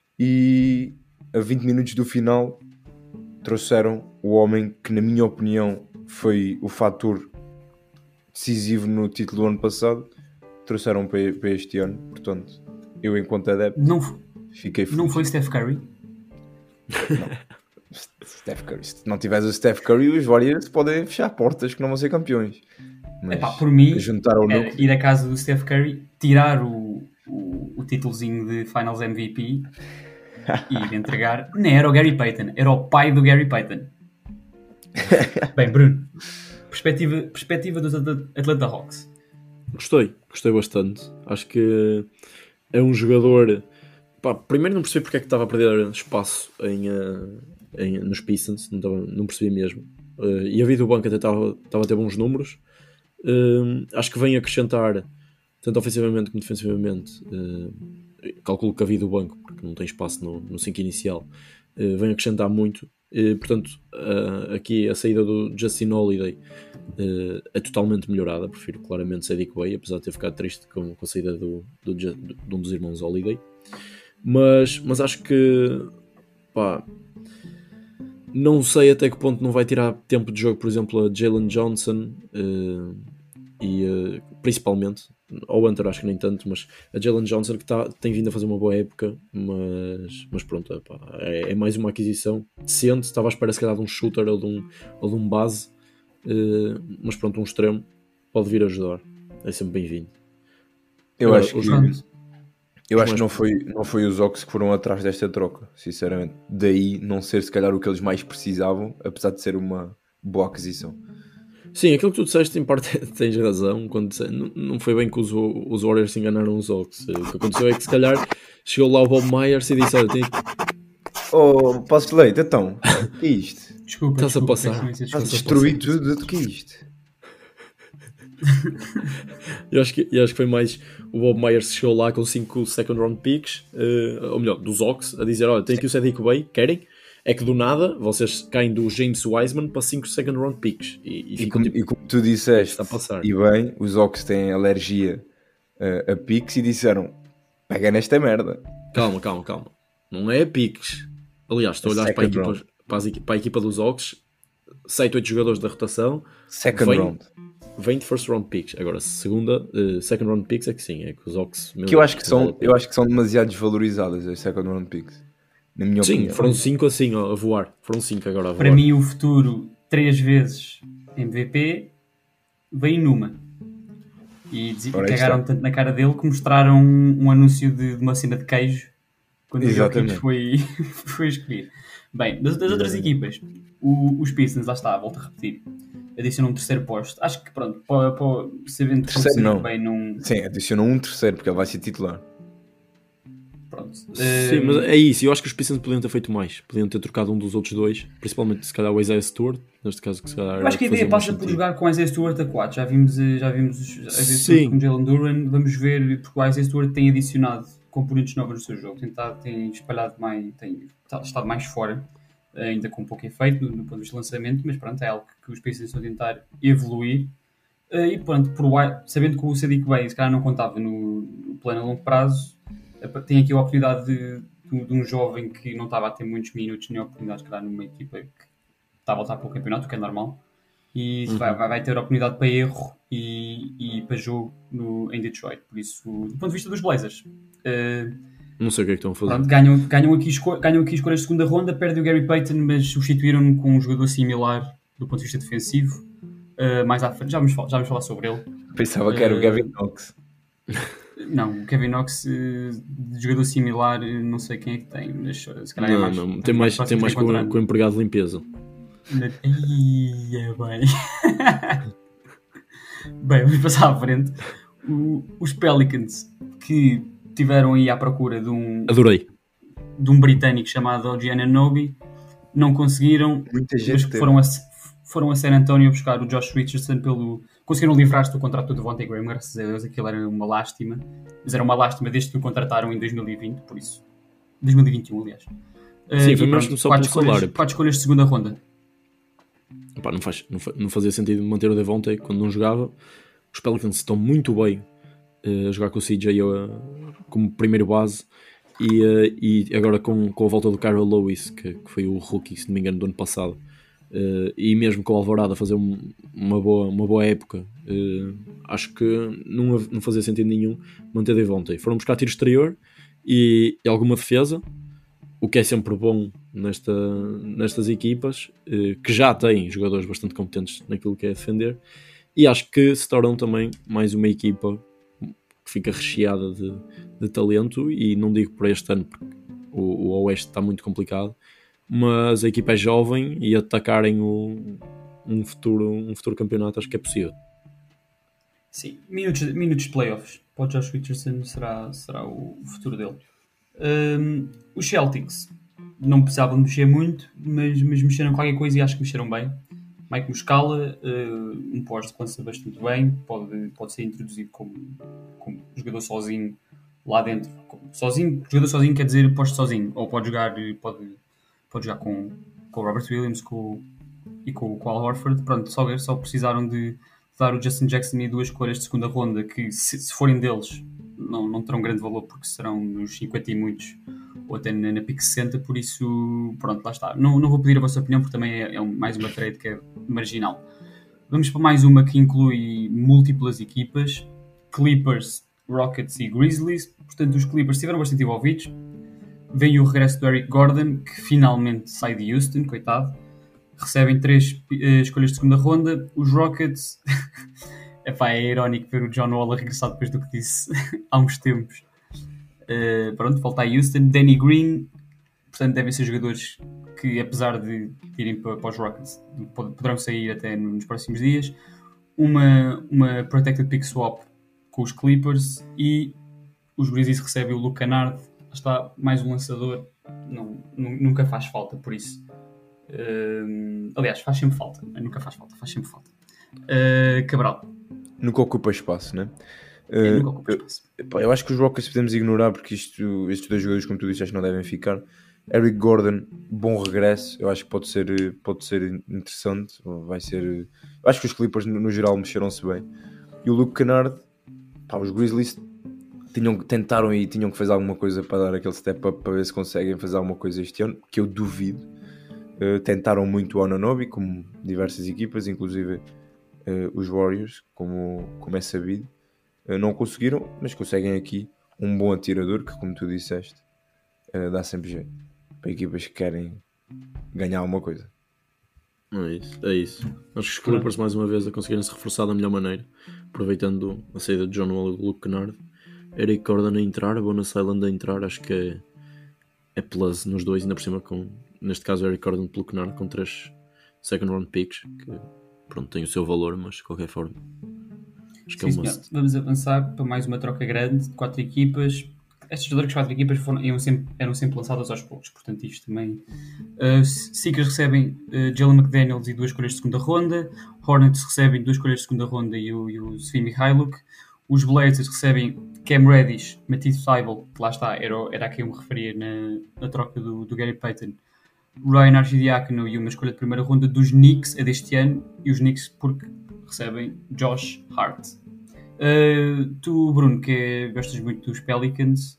e a vinte minutos do final trouxeram o homem que, na minha opinião, foi o fator decisivo no título do ano passado, trouxeram para, para este ano. Portanto, eu, enquanto adepto, não, fiquei feliz. Não foi Steph Curry? Não. Steph Curry. Se não tivesse o Steph Curry, os Warriors podem fechar portas que não vão ser campeões. Mas epá, por mim, era ir à casa do Steph Curry, tirar o, o, o títulozinho de Finals M V P e ir entregar. Nem era o Gary Payton, era o pai do Gary Payton. Bem, Bruno, perspectiva, perspectiva dos Atlanta Hawks. Gostei, gostei bastante. Acho que é um jogador. Pá, primeiro não percebi porque é que estava a perder espaço em, em, nos Pistons, não, estava, não percebi mesmo. Uh, e a vida do banco até estava, estava a ter bons números. Uh, acho que vem acrescentar, tanto ofensivamente como defensivamente. Uh, calculo que a vida do banco, porque não tem espaço no, no cinco inicial, uh, vem acrescentar muito. Uh, portanto, uh, aqui a saída do Justin Holiday uh, é totalmente melhorada. Prefiro claramente Sadiq Bey, apesar de ter ficado triste com, com a saída do, do, do, de um dos irmãos Holiday. Mas, mas acho que pá, não sei até que ponto não vai tirar tempo de jogo, por exemplo, a Jalen Johnson uh, e uh, principalmente ao Hunter, acho que nem tanto, mas a Jalen Johnson que tá, tem vindo a fazer uma boa época, mas, mas pronto, pá, é, é mais uma aquisição decente. Estava à espera se calhar de um shooter ou de um, ou de um base, uh, mas pronto, um extremo pode vir a ajudar, é sempre bem-vindo. Eu Agora, acho que os... Eu acho que não foi, não foi os Hawks que foram atrás desta troca, sinceramente. Daí não ser se calhar o que eles mais precisavam, apesar de ser uma boa aquisição. Sim, aquilo que tu disseste em parte tens razão. Quando disse, não, não foi bem que os, os Warriors enganaram os Hawks. O que aconteceu é que se calhar chegou lá o Bob Myers e disse: olha, tem... Oh, passo leite, então, o que é isto? Desculpa, Estás a desculpa, passar. desculpa, Estás a destruir tudo, o que é isto? eu, acho que, eu acho que foi mais o Bob Myers chegou lá com cinco second round picks, uh, ou melhor, dos Hawks, a dizer: olha, tem aqui o Sadiq Bey, querem? É que do nada vocês caem do James Wiseman para cinco second round picks. E, e, e, como, tipo, e como tu disseste, está a passar. E bem, os Hawks têm alergia uh, a picks e disseram: pega nesta merda. Calma, calma, calma. Não é a picks. Aliás, estou a olhar para a, equipa, para, as, para a equipa dos Hawks, sete, oito jogadores da rotação. Second vem, round. Vem de first round picks. Agora, segunda, uh, second round picks é que sim, é que os Hawks... Que eu acho que, são, eu acho que são demasiado desvalorizadas as second round picks. Na minha sim, opinião. foram cinco assim ó, a voar. Foram cinco agora a voar. Para mim, o futuro, três vezes M V P, veio numa. E, e cagaram tanto na cara dele que mostraram um, um anúncio de, de uma cena de queijo quando o Jokic foi, foi escolhido. Bem, das, das outras equipas, o, os Pistons, lá está, volto a repetir, adicionam um terceiro posto. Acho que, pronto, para, para, sabendo que terceiro não. Bem, não... Sim, adicionam um terceiro, porque ele vai ser titular. Pronto. Sim, uh... mas é isso. Eu acho que os Pistons podiam ter feito mais. Podiam ter trocado um dos outros dois, principalmente se calhar o Isaiah Stewart, neste caso que se calhar... Eu acho que a ideia passa por jogar com o Isaiah Stewart a quatro. Já vimos, já vimos Isaiah Stewart com o Jalen Duren. Vamos ver, porque o Isaiah Stewart tem adicionado componentes novos no seu jogo. Tem, estado, tem espalhado mais, tem estado mais fora, ainda com pouco efeito no, no ponto de vista de lançamento, mas pronto, é algo que, que os Pistons estão a tentar evoluir. Uh, e pronto, por, sabendo que o Sadiq Bey se calhar não contava no, no plano a longo prazo, uh, tem aqui a oportunidade de, de, de um jovem que não estava a ter muitos minutos nem oportunidades, se calhar numa equipa que está a voltar para o campeonato, o que é normal, e uhum. vai, vai ter a oportunidade para erro e, e para jogo no, em Detroit. Por isso, do ponto de vista dos Blazers, uh, não sei o que é que estão a fazer. Pronto, ganham, ganham, aqui esco- ganham aqui escolhas de segunda ronda, perdem o Gary Payton, mas substituíram-no com um jogador similar do ponto de vista defensivo. Uh, mais à frente, já vamos, já vamos falar sobre ele. Pensava que era uh, o Gavin Knox. Não, o Kevin Knox, uh, de jogador similar, não sei quem é que tem, mas se calhar não, é mais... Não, tem mais, tem mais com, com o empregado de limpeza. Ia bem. Bem, vamos passar à frente. O, os Pelicans, que tiveram aí à procura de um, Adorei. de um britânico chamado O G Anunoby, não conseguiram, Muita gente mas teve. foram a, foram a San Antonio buscar o Josh Richardson pelo... Conseguiram livrar-se do contrato do Devontae Graham, graças a Deus, aquilo era uma lástima, mas era uma lástima desde que o contrataram em dois mil e vinte, por isso. dois mil e vinte e um, aliás. Sim, Uh, foi e mesmo pronto, só quatro pelo escolhas, salário. quatro escolhas de segunda ronda. Epá, não, faz, não, fa- não fazia sentido manter o Devontae quando não jogava. Os Pelicans estão muito bem eh, a jogar com o C J eh, como primeiro base e, eh, e agora com, com a volta do Kyril Lewis, que, que foi o rookie, se não me engano, do ano passado, eh, e mesmo com o Alvarado a fazer um- uma, boa, uma boa época, eh, acho que não, hav- não fazia sentido nenhum manter Devontae. Foram buscar tiro exterior e, e alguma defesa, o que é sempre bom nesta, nestas equipas, eh, que já têm jogadores bastante competentes naquilo que é defender, e acho que se tornam também mais uma equipa que fica recheada de, de talento, e não digo por este ano porque o, o Oeste está muito complicado, mas a equipa é jovem e atacarem o, um, futuro, um futuro campeonato acho que é possível. Sim, minutos, minutos de playoffs. Para o Josh Richardson será, será o futuro dele. Um, os Celtics não precisavam de mexer muito, mas, mas mexeram qualquer coisa e acho que mexeram bem. Mike Muscala, uh, um posto que lança bastante bem, pode, pode ser introduzido como, como jogador sozinho lá dentro. Sozinho, jogador sozinho quer dizer posto sozinho, ou pode jogar, pode, pode jogar com, com o Robert Williams com, e com, com o Al Horford. Pronto, só ver, só precisaram de dar o Justin Jackson e duas escolhas de segunda ronda que, se, se forem deles, não, não terão grande valor porque serão nos cinquenta e muitos ou até na, na pick sessenta, por isso, pronto, lá está. Não, não vou pedir a vossa opinião porque também é, é um- mais uma trade que é marginal. Vamos para mais uma que inclui múltiplas equipas: Clippers, Rockets e Grizzlies. Portanto, os Clippers estiveram bastante envolvidos. Veio o regresso do Eric Gordon, que finalmente sai de Houston, coitado. Recebem três eh, escolhas de segunda ronda. Os Rockets... Epá, é irónico ver o John Wall a regressar depois do que disse há uns tempos. Uh, pronto, volta a Houston. Danny Green, portanto, devem ser jogadores que, apesar de irem para, para os Rockets, pod- poderão sair até nos próximos dias. Uma, uma protected pick swap com os Clippers e os Grizzlies recebem o Luke Kennard. Está mais um lançador, não, nu- nunca faz falta, por isso. Uh, aliás, faz sempre falta, nunca faz falta, faz sempre falta. Uh, Cabral, Nunca ocupa espaço, né? é, Uh, nunca ocupa espaço. Pá, eu acho que os Rockets podemos ignorar porque isto, estes dois jogadores, como tu disseste, não devem ficar. Eric Gordon, bom regresso. Eu acho que pode ser, pode ser interessante. Vai ser. Eu acho que os Clippers, no, no geral, mexeram-se bem. E o Luke Kennard, pá, os Grizzlies tinham, tentaram e tinham que fazer alguma coisa para dar aquele step up para ver se conseguem fazer alguma coisa este ano, que eu duvido. Uh, tentaram muito o Anunoby, como diversas equipas, inclusive uh, os Warriors, como, como é sabido. Uh, não conseguiram, mas conseguem aqui um bom atirador que, como tu disseste, uh, dá sempre jeito para equipas que querem ganhar alguma coisa. É isso, é isso. Acho que os Clippers mais uma vez a conseguirem se reforçar da melhor maneira, aproveitando a saída de John Wall e Luke Kennard. Eric Gordon a entrar, Bonas Island a entrar, acho que é, é plus nos dois, ainda por cima com, neste caso, Eric Gordon pelo Kennard com três second round picks, que pronto, tem o seu valor, mas de qualquer forma acho que é um Sim, senhor. must. Vamos avançar para mais uma troca grande de quatro equipas. Estes jogadores, quatro equipas, foram, iam sempre, eram sempre lançados aos poucos, portanto isto também... Uh, Seekers recebem uh, Jalen McDaniels e duas escolhas de segunda ronda. Hornets recebem duas escolhas de segunda ronda e o, e o Svi Mykhailiuk. Os Blazers recebem Cam Reddish, Matisse Thybulle, que lá está, era, era a quem eu me referia na, na troca do, do Gary Payton. Ryan Arcidiacono e uma escolha de primeira ronda dos Knicks, a deste ano, e os Knicks porque recebem Josh Hart. Uh, tu, Bruno, que é, gostas muito dos Pelicans,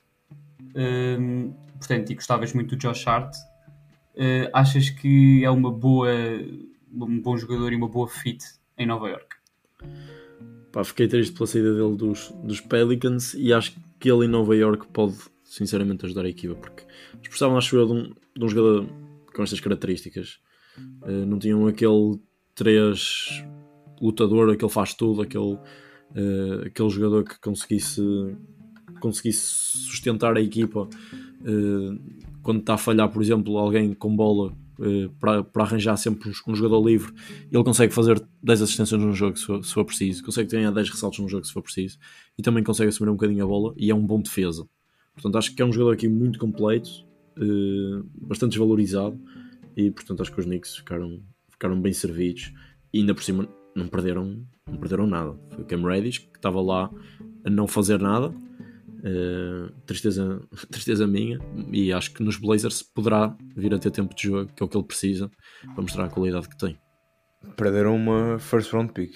um, portanto, e gostavas muito do Josh Hart, uh, achas que é uma boa, um bom jogador e uma boa fit em Nova York? Pá, fiquei triste pela saída dele dos, dos Pelicans e acho que ele em Nova York pode sinceramente ajudar a equipa, porque eles precisavam, acho eu, de um, de um jogador com estas características. Uh, não tinham aquele três lutador, aquele faz tudo, aquele, uh, aquele jogador que conseguisse, conseguisse sustentar a equipa uh, quando está a falhar, por exemplo, alguém com bola uh, para, para arranjar sempre um, um jogador livre. Ele consegue fazer dez assistências num jogo se for, se for preciso, consegue ganhar dez ressaltos num jogo se for preciso, e também consegue assumir um bocadinho a bola e é um bom defesa. Portanto, acho que é um jogador aqui muito completo, uh, bastante desvalorizado, e portanto acho que os Knicks ficaram, ficaram bem servidos, e ainda por cima não perderam, não perderam nada. Foi o Cam Reddish que estava lá a não fazer nada, uh, tristeza, tristeza minha, e acho que nos Blazers poderá vir a ter tempo de jogo, que é o que ele precisa para mostrar a qualidade que tem. Perderam uma first round pick.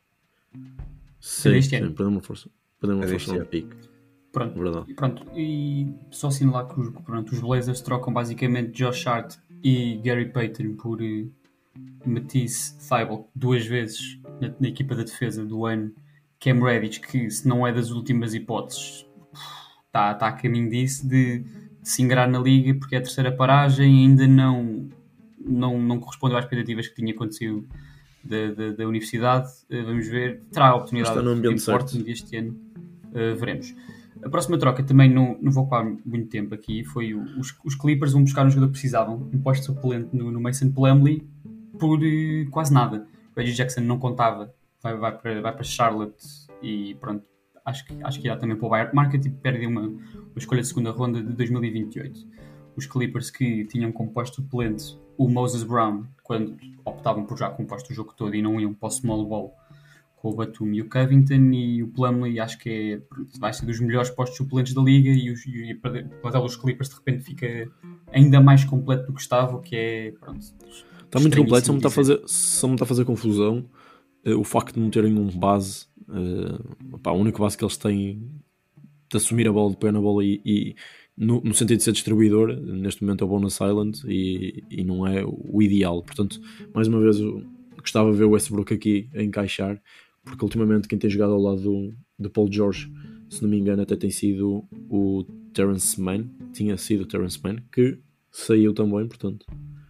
Sim, este sim, ano. perderam uma força, perderam uma É first deste round pick. Pronto, Verdade. e pronto, e só assinalar que os, pronto, os Blazers trocam basicamente Josh Hart e Gary Payton por uh, Matisse Thybulle duas vezes na, na equipa da defesa do ano. Cam Reddish, que se não é das últimas hipóteses, está tá a caminho disso, de, de se ingrar na liga, porque é a terceira paragem, ainda não, não, não correspondeu às expectativas que tinha acontecido da, da, da universidade. Uh, vamos ver, terá a oportunidade Está no ambiente de certo. Portland este ano, uh, veremos. A próxima troca também não, não vou ocupar muito tempo aqui. Foi o, os, os Clippers vão buscar um jogador que precisavam, um posto suplente no, no Mason Plumlee, por uh, quase nada. O Reggie Jackson não contava, vai, vai, para, vai para Charlotte e pronto, acho que, acho que irá também para o Bayern Market e perde uma, uma escolha de segunda ronda de dois mil e vinte e oito. Os Clippers, que tinham como posto suplente o Moses Brown, quando optavam por já com o posto o jogo todo e não iam para o small ball, com o Batum e o Covington, e o Plumlee acho que é, pronto, vai ser dos melhores postos suplentes da liga, e, os, e o plantel dos Clippers de repente fica ainda mais completo do que estava, o que é, pronto, Está muito completo, só me está a dizer. fazer, só me está a fazer confusão uh, o facto de não terem um base, uh, pá, o único base que eles têm de assumir a bola, de pegar na bola e, e no, no sentido de ser distribuidor, neste momento é o Bonus Island e, e não é o ideal. Portanto, mais uma vez eu gostava de ver o Westbrook aqui a encaixar, porque ultimamente quem tem jogado ao lado do, do Paul George, se não me engano, até tem sido o Terrence Mann, tinha sido o Terrence Mann, que saiu também, portanto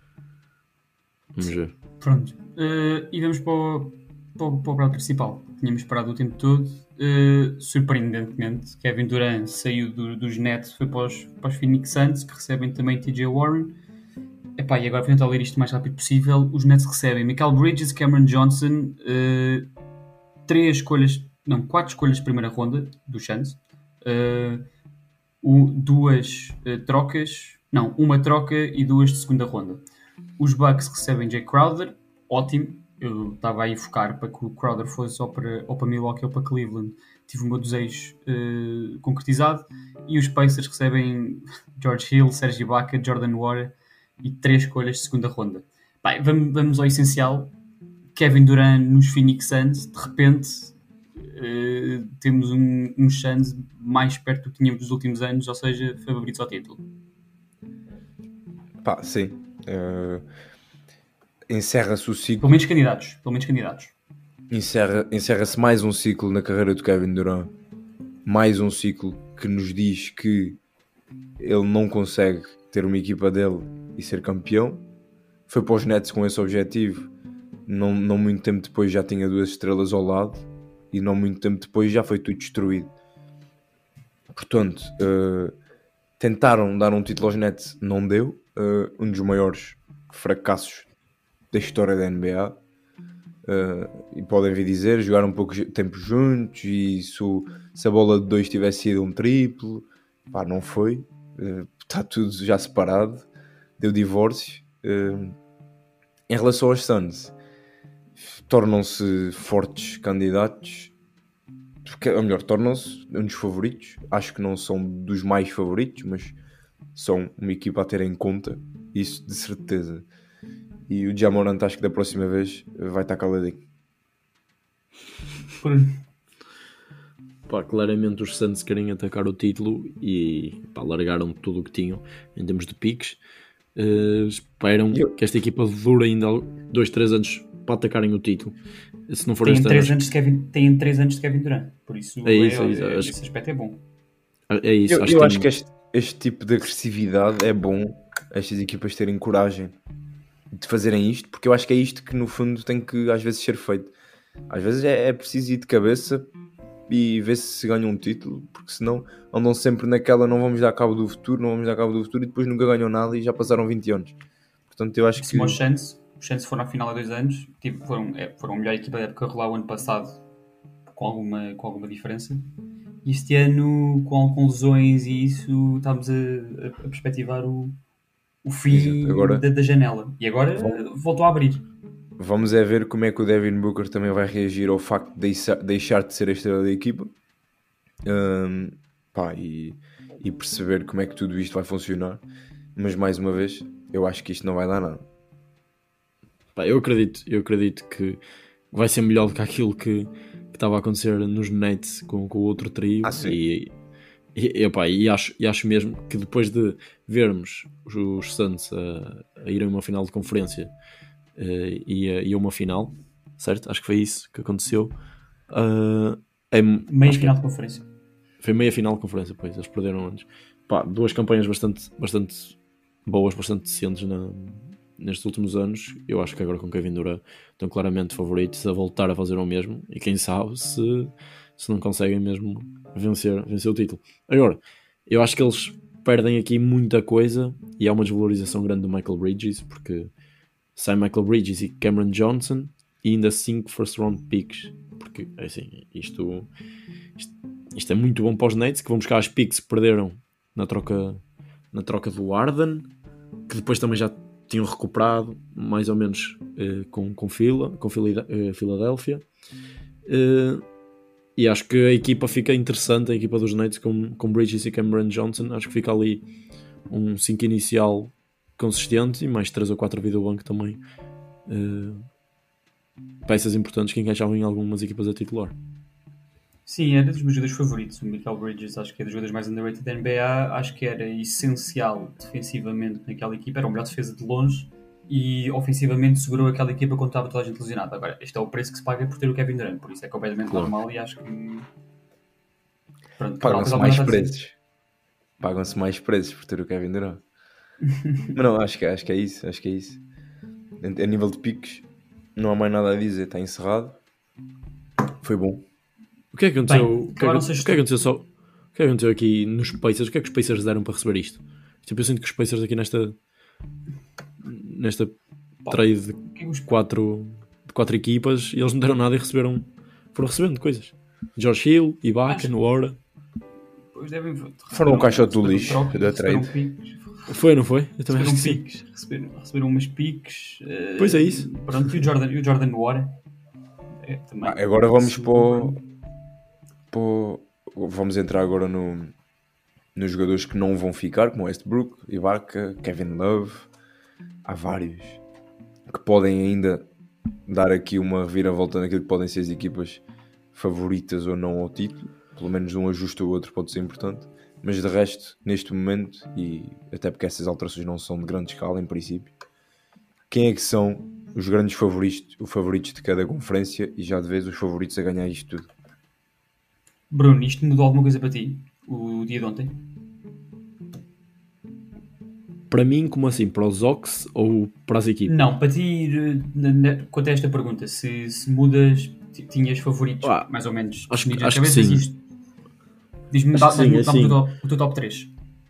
vamos ver. Pronto, uh, e vamos para o, para, o, para o prato principal. Tínhamos esperado o tempo todo, uh, surpreendentemente Kevin Durant saiu do, dos Nets, foi para os, para os Phoenix Suns, que recebem também T J Warren. Epá, e agora vou tentar ler isto o mais rápido possível. Os Nets recebem Mikal Bridges, Cameron Johnson, uh, três escolhas, não, quatro escolhas de primeira ronda dos Suns, uh, o, duas uh, trocas, não, uma troca e duas de segunda ronda. Os Bucks recebem Jay Crowder, ótimo, eu estava aí a focar para que o Crowder fosse ou para, ou para Milwaukee ou para Cleveland, tive o meu desejo uh, concretizado. E os Pacers recebem George Hill, Serge Ibaka, Jordan Nwora e três escolhas de segunda ronda. Bem, vamos, vamos ao essencial. Kevin Durant nos Phoenix Suns, de repente uh, temos um, um Suns mais perto do que tínhamos nos últimos anos, ou seja, favoritos ao título. Pá, sim. Uh, encerra-se o ciclo. Pelo menos candidatos. Pelo menos candidatos. Encerra, encerra-se mais um ciclo na carreira do Kevin Durant. Mais um ciclo que nos diz que ele não consegue ter uma equipa dele e ser campeão. Foi para os Nets com esse objetivo. Não, não muito tempo depois já tinha duas estrelas ao lado. E não muito tempo depois já foi tudo destruído. Portanto, uh, tentaram dar um título aos Nets, não deu. Uh, um dos maiores fracassos da história da N B A. Uh, e podem vir dizer, jogaram um pouco tempo juntos e se, o, se a bola de dois tivesse sido um triplo, pá, não foi. Uh, está tudo já separado, deu divórcio. Uh, em relação aos Suns, tornam-se fortes candidatos, porque, ou melhor, tornam-se um dos favoritos. Acho que não são dos mais favoritos, mas são uma equipa a ter em conta, isso de certeza. E o Ja Morant acho que da próxima vez vai estar caladinho. Pá, claramente os Suns querem atacar o título e pá, largaram tudo o que tinham em termos de piques. Uh, esperam Eu... que esta equipa dure ainda dois, três anos para atacarem o título. Se não for tem, este três ano, anos de Kevin, tem três anos de Kevin Durant, por isso é isso, é, é isso, é, acho... esse aspecto é bom. É isso, eu acho eu que, acho tem... que este, este tipo de agressividade é bom, estas equipas terem coragem de fazerem isto, porque eu acho que é isto que no fundo tem que às vezes ser feito. Às vezes é, é preciso ir de cabeça e ver se se ganha um título, porque senão andam sempre naquela, não vamos dar cabo do futuro, não vamos dar cabo do futuro, e depois nunca ganham nada e já passaram vinte anos. Portanto, eu acho Sim, que... os Suns, os Suns foram à final há dois anos, tipo, foram, é, foram a melhor equipa da época regular o ano passado, com alguma, com alguma diferença, E este ano, com, com lesões e isso, estamos a, a, a perspectivar o, o fim agora, da, da janela. E agora vamos, voltou a abrir. Vamos é ver como é que o Devin Booker também vai reagir ao facto de deixar, deixar de ser a estrela da equipa. Um, pá, e, e perceber como é que tudo isto vai funcionar. Mas mais uma vez, eu acho que isto não vai dar nada. Pá, eu acredito, eu acredito que vai ser melhor do que aquilo que, que estava a acontecer nos Nets com, com o outro trio. Ah, sim. E, e, e, pá, e, acho, e acho mesmo que depois de vermos os, os Suns a, a ir a uma final de conferência uh, e, a, e a uma final, certo? Acho que foi isso que aconteceu. Uh, é, meia final de conferência. Foi meia final de conferência, pois, eles perderam antes. Pá, duas campanhas bastante, bastante boas, bastante decentes na, nestes últimos anos. Eu acho que agora com Kevin Durant estão claramente favoritos a voltar a fazer o mesmo. E quem sabe se, se não conseguem mesmo vencer, vencer o título. Agora, eu acho que eles perdem aqui muita coisa e há uma desvalorização grande do Michael Bridges, porque sai Michael Bridges e Cameron Johnson e ainda cinco first round picks. Porque, assim, isto... isto Isto é muito bom para os Nets, que vão buscar as picks que perderam na troca, na troca do Harden, que depois também já tinham recuperado, mais ou menos eh, com, com, Fila, com Fila, eh, Filadélfia. Eh, e acho que a equipa fica interessante, a equipa dos Nets com, com Bridges e Cameron Johnson. Acho que fica ali um cinco inicial consistente e mais três ou quatro vida banco também. Eh, peças importantes que encaixavam em algumas equipas a titular. Sim, era dos meus jogadores favoritos. O Michael Bridges, acho que é dos jogadores mais underrated da N B A. Acho que era essencial defensivamente naquela equipa. Era a melhor defesa de longe e ofensivamente segurou aquela equipa quando estava toda a gente lesionada. Agora, este é o preço que se paga por ter o Kevin Durant, por isso é completamente claro. Normal e acho que... Pronto, pagam-se mais preços. Pagam-se mais preços por ter o Kevin Durant. Mas não, acho que, acho que é isso. Acho que é isso. A nível de piques, não há mais nada a dizer. Está encerrado. Foi bom. O que é que aconteceu? Bem, o, que é que, o, que é que aconteceu só, o que é que aconteceu aqui nos Pacers? O que é que os Pacers deram para receber isto? Tipo, eu sinto que os Pacers aqui nesta nesta trade de quatro, de quatro equipas e eles não deram nada e receberam, foram recebendo coisas. George Hill, Ibaka, Noora. Foram o caixote do lixo da trade. Foi, não foi? Eu também acho que piques, sim. Receberam, receberam umas piques. Uh, pois é isso. Pronto, e o Jordan, e o Jordan Noora. É, também, ah, agora vamos para o... Pô, vamos entrar agora no, nos jogadores que não vão ficar, como Westbrook, Ibaka, Kevin Love. Há vários que podem ainda dar aqui uma reviravolta naquilo que podem ser as equipas favoritas ou não ao título. Pelo menos um ajuste ou outro pode ser importante. Mas de resto, neste momento, e até porque essas alterações não são de grande escala em princípio, quem é que são os grandes favoritos, os favoritos de cada conferência e já de vez os favoritos a ganhar isto tudo? Bruno, isto mudou alguma coisa para ti, o dia de ontem? Para mim, como assim? Para os Ox ou para as equipas? Não, para ti, quanto a esta pergunta, se, se mudas, tinhas favoritos, ah, mais ou menos, acho, acho cabeça, que sim. Isto, diz-me, dá, sim, dá, assim. dá-me o, top, o teu top três.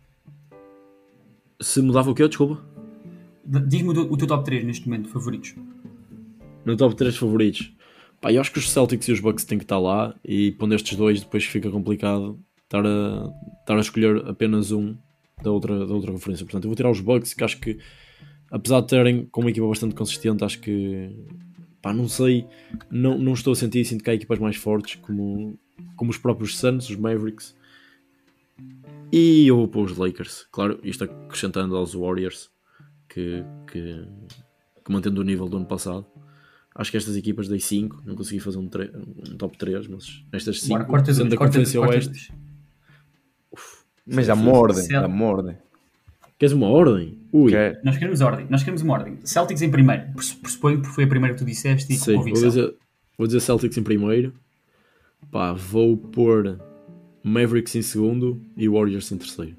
Se mudava o quê? Desculpa? Diz-me o, o teu top três neste momento, favoritos. No top três favoritos? Pá, eu acho que os Celtics e os Bucks têm que estar lá e pondo estes dois depois fica complicado estar a, estar a escolher apenas um da outra, da outra conferência. Portanto, eu vou tirar os Bucks, que acho que, apesar de terem com uma equipa bastante consistente, acho que, pá, não sei, não, não estou a sentir, sinto que há equipas mais fortes como, como os próprios Suns, os Mavericks, e eu vou pôr os Lakers. Claro, isto acrescentando aos Warriors, que, que, que mantendo o nível do ano passado. Acho que estas equipas dei cinco, não consegui fazer um, tre- um top três, mas estas cinco, sendo da Conferência Oeste. Uf, mas dá-me uma ordem, dá-me uma ordem. Queres uma ordem? Ui. Quer. Nós queremos ordem, nós queremos uma ordem. Celtics em primeiro, pressuponho que foi a primeira que tu disseste e Sim, com vou dizer, vou dizer Celtics em primeiro. Pá, vou pôr Mavericks em segundo e Warriors em terceiro.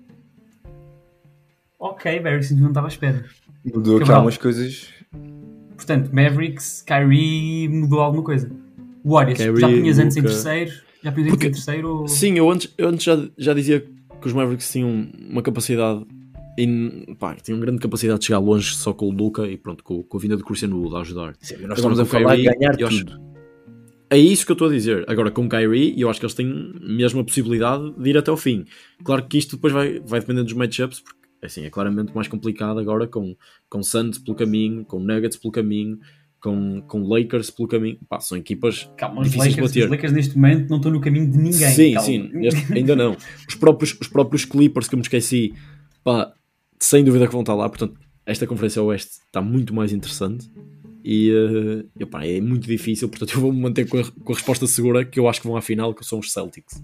Ok, Mavericks não estava à espera. Mudou aqui algumas coisas... Portanto, Mavericks, Kyrie mudou alguma coisa. Warriors, Kyrie, já punhas antes Luka. Em terceiro? Já punhas antes em terceiro? Ou... Sim, eu antes, eu antes já, já dizia que os Mavericks tinham uma capacidade, in, pá, tinham grande capacidade de chegar longe só com o Luka e pronto, com, com a vinda de Christian Wood a ajudar. Sim, nós estamos a falar de ganhar tudo. É isso que eu estou a dizer. Agora, com Kyrie, eu acho que eles têm mesmo a possibilidade de ir até ao fim. Claro que isto depois vai, vai depender dos matchups, porque assim, é claramente mais complicado agora com, com Suns pelo caminho, com Nuggets pelo caminho, com, com Lakers pelo caminho. Pá, são equipas Calma, os difíceis Lakers, de bater. os Lakers neste momento não estão no caminho de ninguém. Sim, calma. sim, neste, ainda não. Os próprios, os próprios Clippers que eu me esqueci, pá, sem dúvida que vão estar lá. Portanto, esta Conferência Oeste está muito mais interessante. E, uh, e pá, é muito difícil, portanto eu vou-me manter com a, com a resposta segura que eu acho que vão à final, que são os Celtics.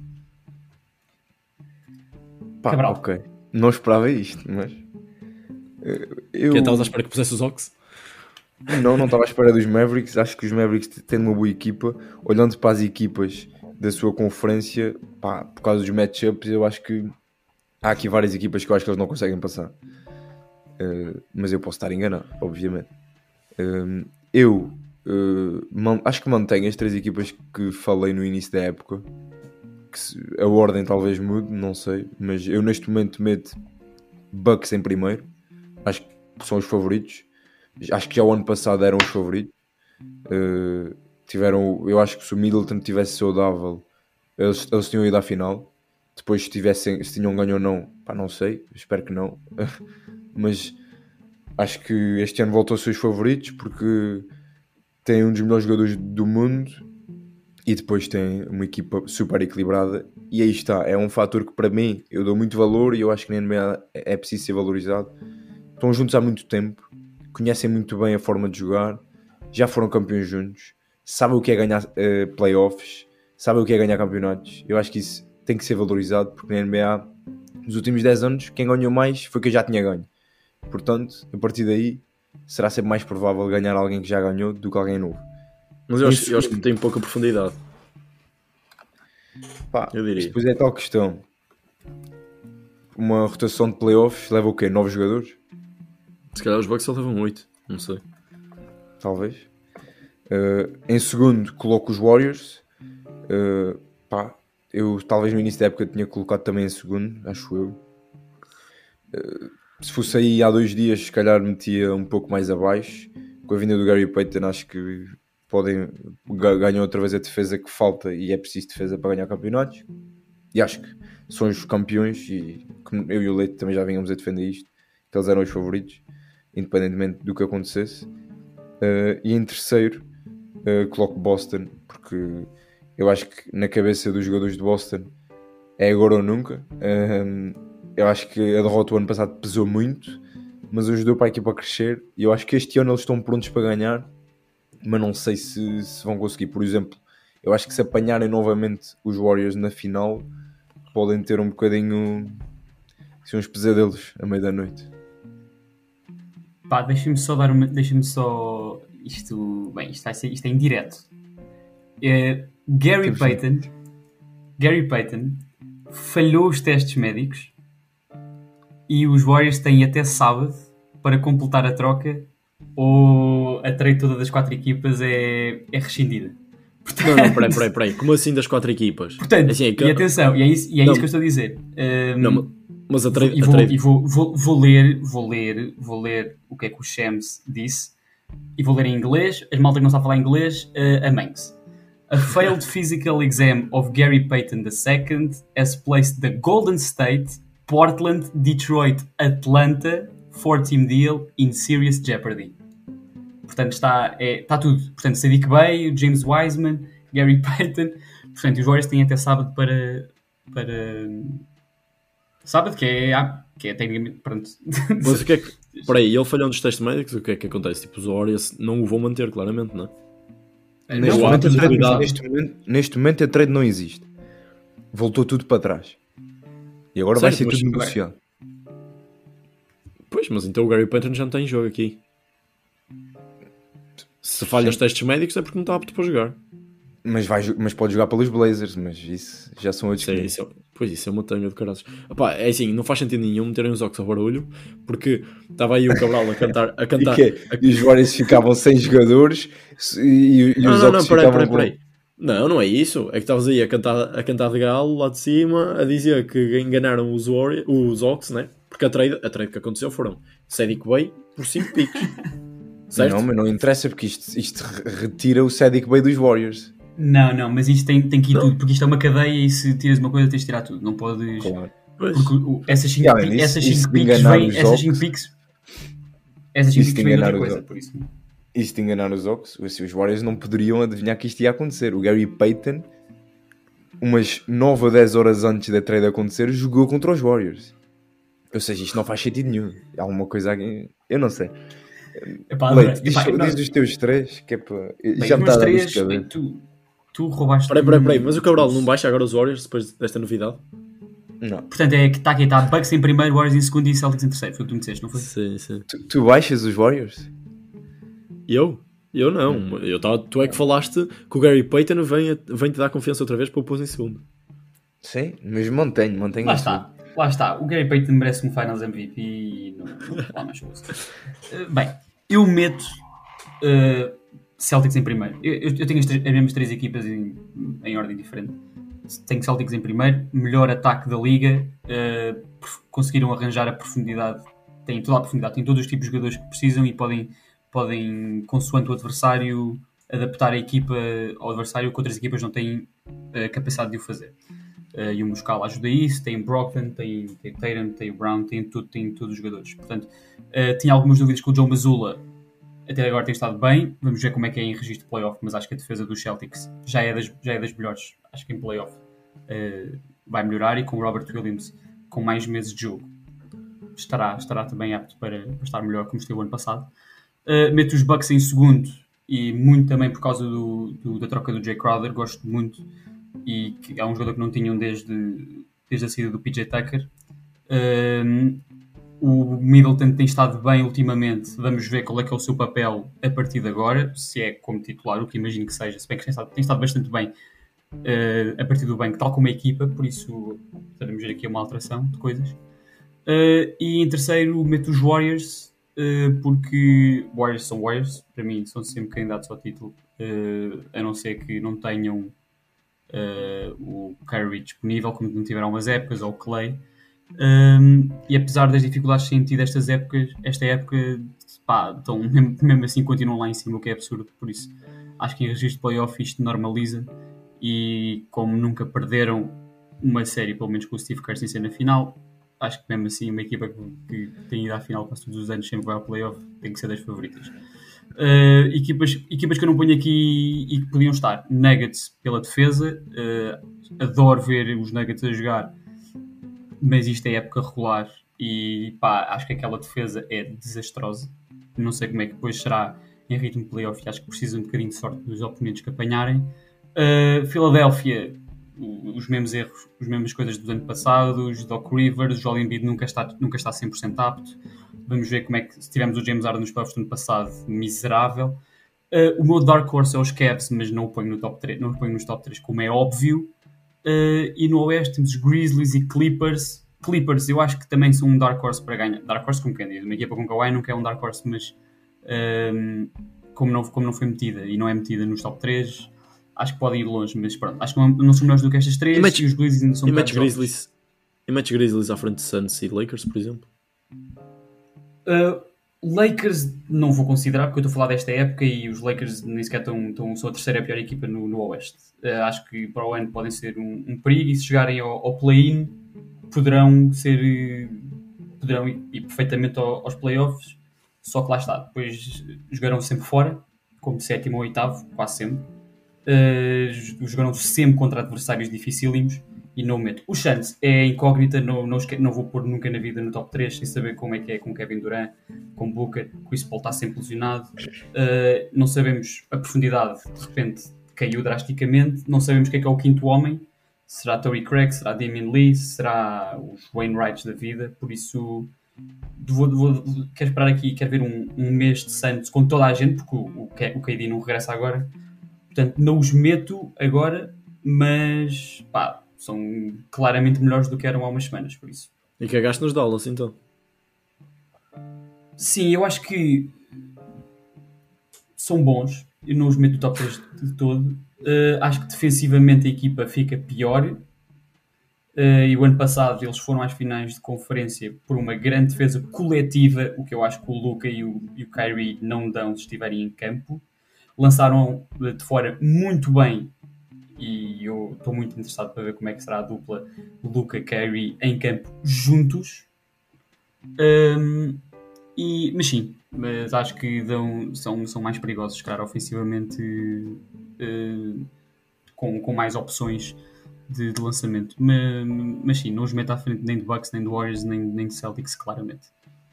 Pá, Cabral. ok. Não esperava isto, mas... Eu... Que estavas à espera que pusesse os Hawks? Não, não estava à espera dos Mavericks. Acho que os Mavericks têm uma boa equipa. Olhando para as equipas da sua conferência, pá, por causa dos matchups, eu acho que há aqui várias equipas que eu acho que eles não conseguem passar. Uh, mas eu posso estar enganado, obviamente. Uh, eu uh, man- acho que mantenho as três equipas que falei no início da época. Que se- a ordem talvez mude, não sei. Mas eu neste momento meto Bucks em primeiro. Acho que são os favoritos. Acho que já o ano passado eram os favoritos. Uh, tiveram, eu acho que se o Middleton tivesse saudável, eles, eles tinham ido à final. Depois se, tivessem, se tinham ganho ou não, pá, não sei, espero que não. Mas acho que este ano voltou a ser os favoritos porque tem um dos melhores jogadores do mundo e depois tem uma equipa super equilibrada. E aí está, é um fator que para mim eu dou muito valor e eu acho que na N B A é preciso ser valorizado. Estão juntos há muito tempo, conhecem muito bem a forma de jogar, já foram campeões juntos, sabem o que é ganhar uh, playoffs, sabem o que é ganhar campeonatos. Eu acho que isso tem que ser valorizado porque na N B A nos últimos dez anos quem ganhou mais foi quem já tinha ganho. Portanto, a partir daí será sempre mais provável ganhar alguém que já ganhou do que alguém novo. Mas eu acho, Isso- eu acho que tem pouca profundidade. Pá, Eu diria. isto depois é tal questão. Uma rotação de playoffs leva o quê? nove jogadores? Se calhar os Bucks só levam oito, não sei. Talvez. Uh, em segundo, coloco os Warriors. Uh, pá, eu talvez no início da época tinha colocado também em segundo, acho eu. Uh, se fosse aí há dois dias, se calhar metia um pouco mais abaixo. Com a vinda do Gary Payton, acho que podem ga- ganhar outra vez a defesa que falta e é preciso defesa para ganhar campeonatos. E acho que são os campeões e como eu e o Leite também já vínhamos a defender isto, que eles eram os favoritos, independentemente do que acontecesse. Uh, e em terceiro, uh, coloco Boston, porque eu acho que na cabeça dos jogadores de Boston é agora ou nunca. Um, eu acho que a derrota do ano passado pesou muito, mas ajudou para a equipa a crescer. E eu acho que este ano eles estão prontos para ganhar, mas não sei se, se vão conseguir. Por exemplo, eu acho que se apanharem novamente os Warriors na final, podem ter um bocadinho assim, uns pesadelos à meia da noite. Pá, deixa-me só dar uma. Deixa-me só. Isto. Bem, isto, vai ser, isto é indireto. É, Gary Temos Payton. Gary Payton falhou os testes médicos e os Warriors têm até sábado para completar a troca ou a trade toda das quatro equipas é, é rescindida. Não, não, peraí, peraí, peraí. Como assim das quatro equipas? Portanto, Assim, é que- e atenção, e é isso, e é Não. isso que eu estou a dizer. Um, Não, mas a trade... e a vou, trade- e vou, vou, vou ler, vou ler, vou ler o que é que o Shams disse e vou ler em inglês. As maltas que não sabem falar inglês, uh, amém-se. A failed physical exam of Gary Payton the second has placed the Golden State, Portland, Detroit, Atlanta four-team deal in serious jeopardy. Portanto, está, é, está tudo. Portanto, Sadiq Bey, James Wiseman, Gary Payton. Portanto, os Warriors têm até sábado para... para... Sábado, que é... ah, que é tecnicamente... Pronto. Mas o que é que... Peraí, ele falhou dos testes médicos, o que é que acontece? Tipo, os Warriors não o vão manter, claramente, não é? Neste, Não, momento, a não, trade, não, não. neste, momento, neste momento a trade não existe. Voltou tudo para trás. E agora vai Certo, ser mas- tudo negociado. Pois, mas então o Gary Payton já não tem jogo aqui. Se falha os testes médicos é porque não está apto para jogar. Mas, vai, jo- mas pode jogar pelos Blazers, mas isso já são outros Isso é, quinhentos. isso é- pois isso é uma tanga de caras. Opá, é assim, não faz sentido nenhum meterem os óculos ao barulho, porque estava aí o Cabral a cantar. A E, cantar que é? E os Warriors ficavam sem jogadores se- e, e Não, os não, não, Ox peraí, ficavam peraí, peraí. Não, não é isso. É que estavas aí a cantar, a cantar de galo lá de cima, a dizer que enganaram os, Warriors, os Ox, né? Porque a trade, a trade que aconteceu foram Sadiq Bey por cinco picks. Certo? Não, mas não interessa porque isto, isto re- retira o Sadiq Bey dos Warriors. Não, não, mas isto tem, tem que ir tudo, porque isto é uma cadeia e se tiras uma coisa tens de tirar tudo. Não podes. Claro. Porque o- essas cinco Yeah, pi- isso- essas isso cinco de picks enganar vêm. os Essas cinco Ox. picks. Essas cinco Isso de picks vêm de outra enganar os coisa, Ox. por isso. Isso de enganar os Ox, assim, os Warriors não poderiam adivinhar que isto ia acontecer. O Gary Payton, umas nove ou dez horas antes da trade acontecer, jogou contra os Warriors. Ou seja, isto não faz sentido nenhum. Há alguma coisa aqui. Eu não sei. Epá, Leite, diz, epá, só- não- diz os teus três, que é para. bem, Já os me está meus a dar três, luz de cabeça. bem, tu, tu roubaste. Peraí, peraí, peraí, mas o Cabral não baixa agora os Warriors depois desta novidade? Não. Portanto, é que está aqui, está Bucks em primeiro, Warriors em segundo e Celtics em terceiro. Foi o que tu me disseste, não foi? Sim, sim. Tu, tu baixas os Warriors? Eu? Eu não. Eu tava, tu é que falaste que o Gary Payton vem, vem te dar confiança outra vez para o pôr em segundo. Sim, mas mantenho, mantenho Lá isso. está, lá está. O Gary Payton merece um Finals M V P e não, não há mais coisa. Uh, bem, eu meto uh, Celtics em primeiro. Eu, eu, eu tenho as, três- as mesmas três equipas em, em ordem diferente. Tenho Celtics em primeiro, melhor ataque da liga, uh, prof- conseguiram arranjar a profundidade, têm toda a profundidade, têm todos os tipos de jogadores que precisam e podem, podem consoante o adversário, adaptar a equipa ao adversário que outras equipas não têm a capacidade de o fazer. Uh, e o Muscala ajuda isso, tem o Brogdon, tem, tem o Tatum, tem o Brown, tem, tudo, tem todos os jogadores. Portanto, uh, tinha algumas dúvidas com o Joe Mazzulla, até agora tem estado bem, vamos ver como é que é em registro de playoff, mas acho que a defesa dos Celtics já é das, já é das melhores, acho que em playoff uh, vai melhorar, e com o Robert Williams com mais meses de jogo estará, estará também apto para, para estar melhor como esteve o ano passado. Uh, meto os Bucks em segundo, e muito também por causa do, do, da troca do Jay Crowder, gosto muito, e que é um jogador que não tinham desde, desde a saída do P J Tucker. Um, o Middleton tem estado bem ultimamente, vamos ver qual é que é o seu papel a partir de agora, se é como titular, o que imagino que seja, se bem que tem estado, tem estado bastante bem uh, a partir do banco, tal como a equipa, por isso podemos ver aqui uma alteração de coisas. Uh, e em terceiro meto os Warriors, uh, porque Warriors são Warriors, para mim são sempre candidatos ao título, uh, a não ser que não tenham Uh, o Kyrie disponível, como não tiveram umas épocas, ou o Clay. Um, e apesar das dificuldades que têm tido estas épocas, esta época, pá, então, mesmo, mesmo assim continuam lá em cima, o que é absurdo. Por isso, acho que em registro de playoff isto normaliza, e como nunca perderam uma série, pelo menos com o Steve Kerr sem ser na final, acho que mesmo assim uma equipa que, que tem ido à final quase todos os anos, sempre vai ao playoff, tem que ser das favoritas. Uh, equipas, equipas que eu não ponho aqui e que podiam estar: Nuggets pela defesa, uh, adoro ver os Nuggets a jogar, mas isto é época regular e pá, acho que aquela defesa é desastrosa. Não sei como é que depois será em ritmo de playoff, e acho que precisam um bocadinho de sorte dos oponentes que apanharem. uh, Philadelphia, os mesmos erros, as mesmas coisas dos anos passados. Doc Rivers, o Joel Embiid nunca está, nunca está cem por cento apto. Vamos ver como é que, se tivemos o James Harden nos playoffs do ano passado, miserável. Uh, o meu Dark Horse é os Cavs, mas não o ponho, no top três, não o ponho nos top três, como é óbvio. Uh, e no Oeste temos Grizzlies e Clippers. Clippers eu acho que também são um Dark Horse para ganhar. Dark Horse como quem diz, uma equipa com Kawhi nunca é um Dark Horse, mas um, como, não, como não foi metida e não é metida nos top três, acho que pode ir longe, mas pronto, acho que não, não são melhores do que estas três, e, mete, e os Grizzlies ainda são e metes jogos. Grizzlies, e metes Grizzlies à frente de Suns e Lakers, por exemplo? Uh, Lakers não vou considerar, porque eu estou a falar desta época e os Lakers nem sequer estão, estão, são a terceira pior equipa no, no Oeste. Uh, acho que para o ano podem ser um, um perigo, e se chegarem ao, ao play-in poderão ser poderão ir, ir perfeitamente ao, aos playoffs, só que lá está, depois jogarão sempre fora, como sétimo ou oitavo, quase sempre. Uh, jogarão sempre contra adversários dificílimos e não meto. O Suns é incógnita, não, não, não vou pôr nunca na vida no top três, sem saber como é que é com Kevin Durant, com Booker, com o Chris Paul está sempre lesionado. Uh, não sabemos a profundidade, de repente caiu drasticamente, não sabemos o que é que é o quinto homem, será Torrey Craig, será Damian Lee, será os Wainwrights da vida, por isso vou, vou, quero esperar aqui, quero ver um, um mês de Suns com toda a gente, porque o, o, o K D não regressa agora, portanto não os meto agora, mas pá, são claramente melhores do que eram há umas semanas, por isso. E cagaste nos Dallas, então? Sim, eu acho que são bons. Eu não os meto no top três de todo. Uh, acho que defensivamente a equipa fica pior. Uh, e o ano passado eles foram às finais de conferência por uma grande defesa coletiva, o que eu acho que o Luka e o, e o Kyrie não dão se estiverem em campo. Lançaram de fora muito bem e eu estou muito interessado para ver como é que será a dupla Luka Kyrie em campo juntos. Um, e, mas sim, mas acho que dão, são, são mais perigosos, claro, ofensivamente, uh, com, com mais opções de, de lançamento. Mas, mas sim, não os meto à frente nem do Bucks, nem do Warriors, nem, nem do Celtics, claramente.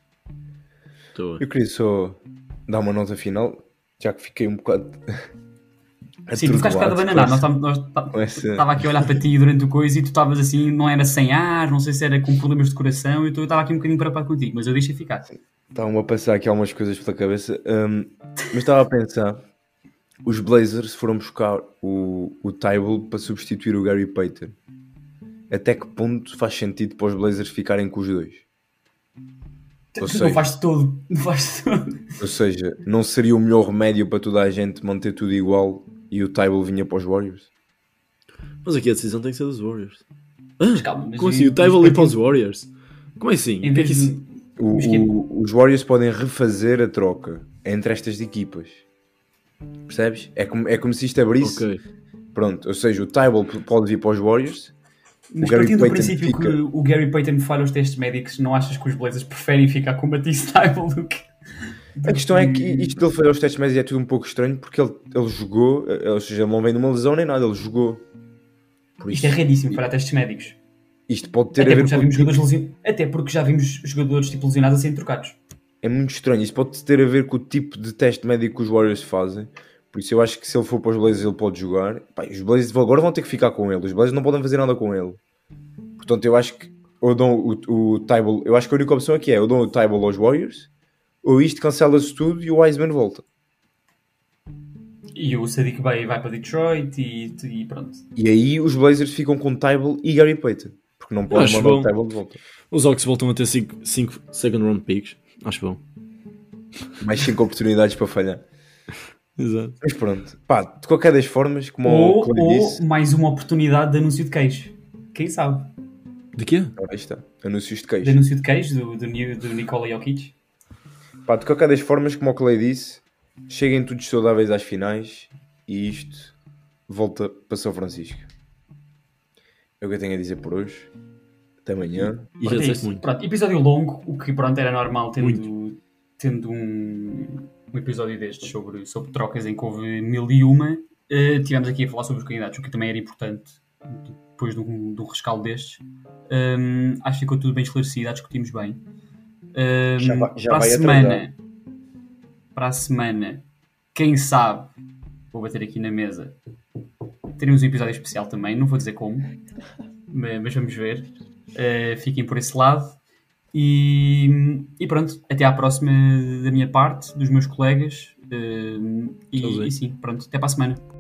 Eu queria só dar uma nota final, já que fiquei um bocado. Sim, tu ficaste um bocado abananado. Nós estava essa... aqui a olhar para ti durante o coisa e tu estavas assim, não era sem ar, não sei se era com problemas de coração, e eu estava aqui um bocadinho preocupado contigo, mas eu deixei ficar. Estavam a passar aqui algumas coisas pela cabeça, um, mas estava a pensar: os Blazers foram buscar o, o Thybulle para substituir o Gary Payton. Até que ponto faz sentido para os Blazers ficarem com os dois? Ou seja, não faz de todo, não faz de todo. Ou seja, não seria o melhor remédio para toda a gente manter tudo igual e o Thybulle vinha para os Warriors? Mas aqui a decisão tem que ser dos Warriors. Mas calma, mas como assim? O Thybulle ir para os Warriors? Como é assim? Em vez de... o, o, os Warriors podem refazer a troca entre estas equipas. Percebes? É como, é como se isto abrisse. Okay. Pronto, ou seja, o Thybulle pode vir para os Warriors. Mas partindo do princípio fica... que o Gary Payton falha os testes médicos, não achas que os Blazers preferem ficar com o Matisse Thybulle do que... A questão é que isto dele falhar os testes médicos é tudo um pouco estranho, porque ele, ele jogou, ou seja, ele não vem de uma lesão nem nada, ele jogou. Por isto, isto é raríssimo para testes médicos. Isto pode ter até a ver já com... Vimos tipo... jogadores lesion... Até porque já vimos jogadores tipo lesionados a serem trocados. É muito estranho, isto pode ter a ver com o tipo de teste médico que os Warriors fazem. Por isso eu acho que se ele for para os Blazers ele pode jogar. Pá, os Blazers agora vão ter que ficar com ele, os Blazers não podem fazer nada com ele. Portanto, eu acho que ou dão o, o Thybulle, eu acho que a única opção aqui é ou dão o Thybulle aos Warriors, ou isto cancela-se tudo e o Wiseman volta. E o Sadiq Bey vai para Detroit e, e pronto. E aí os Blazers ficam com Thybulle e Gary Payton, porque não podem mandar bom. O Thybulle de volta. Os Hawks voltam a ter cinco second round picks, acho bom. Mais cinco oportunidades para falhar. Exato. Mas pronto, pá, de qualquer das formas, como ou, o Clay ou disse... mais uma oportunidade de anúncio de queijo. Quem sabe? De quê? Ora, aí está, anúncios de queijo. De anúncio de queijo do, do, do Nikola Jokic. Pá, de qualquer das formas, como o Clay disse, cheguem todos saudáveis às finais e isto volta para São Francisco. É o que eu tenho a dizer por hoje. Até amanhã. E já disseste muito. Pronto, episódio longo, o que pronto era normal tendo, tendo um, um episódio destes sobre, sobre trocas em que houve mil e uma. Uh, tivemos aqui a falar sobre os candidatos, o que também era importante depois de um, de um rescaldo destes. Um, acho que ficou tudo bem esclarecido, discutimos bem. Um, já vai, já para, vai a semana, para a semana, quem sabe, vou bater aqui na mesa, teremos um episódio especial também, não vou dizer como, mas vamos ver. Uh, fiquem por esse lado e, e pronto, até à próxima da minha parte, dos meus colegas, uh, e, e sim, pronto, até para a semana.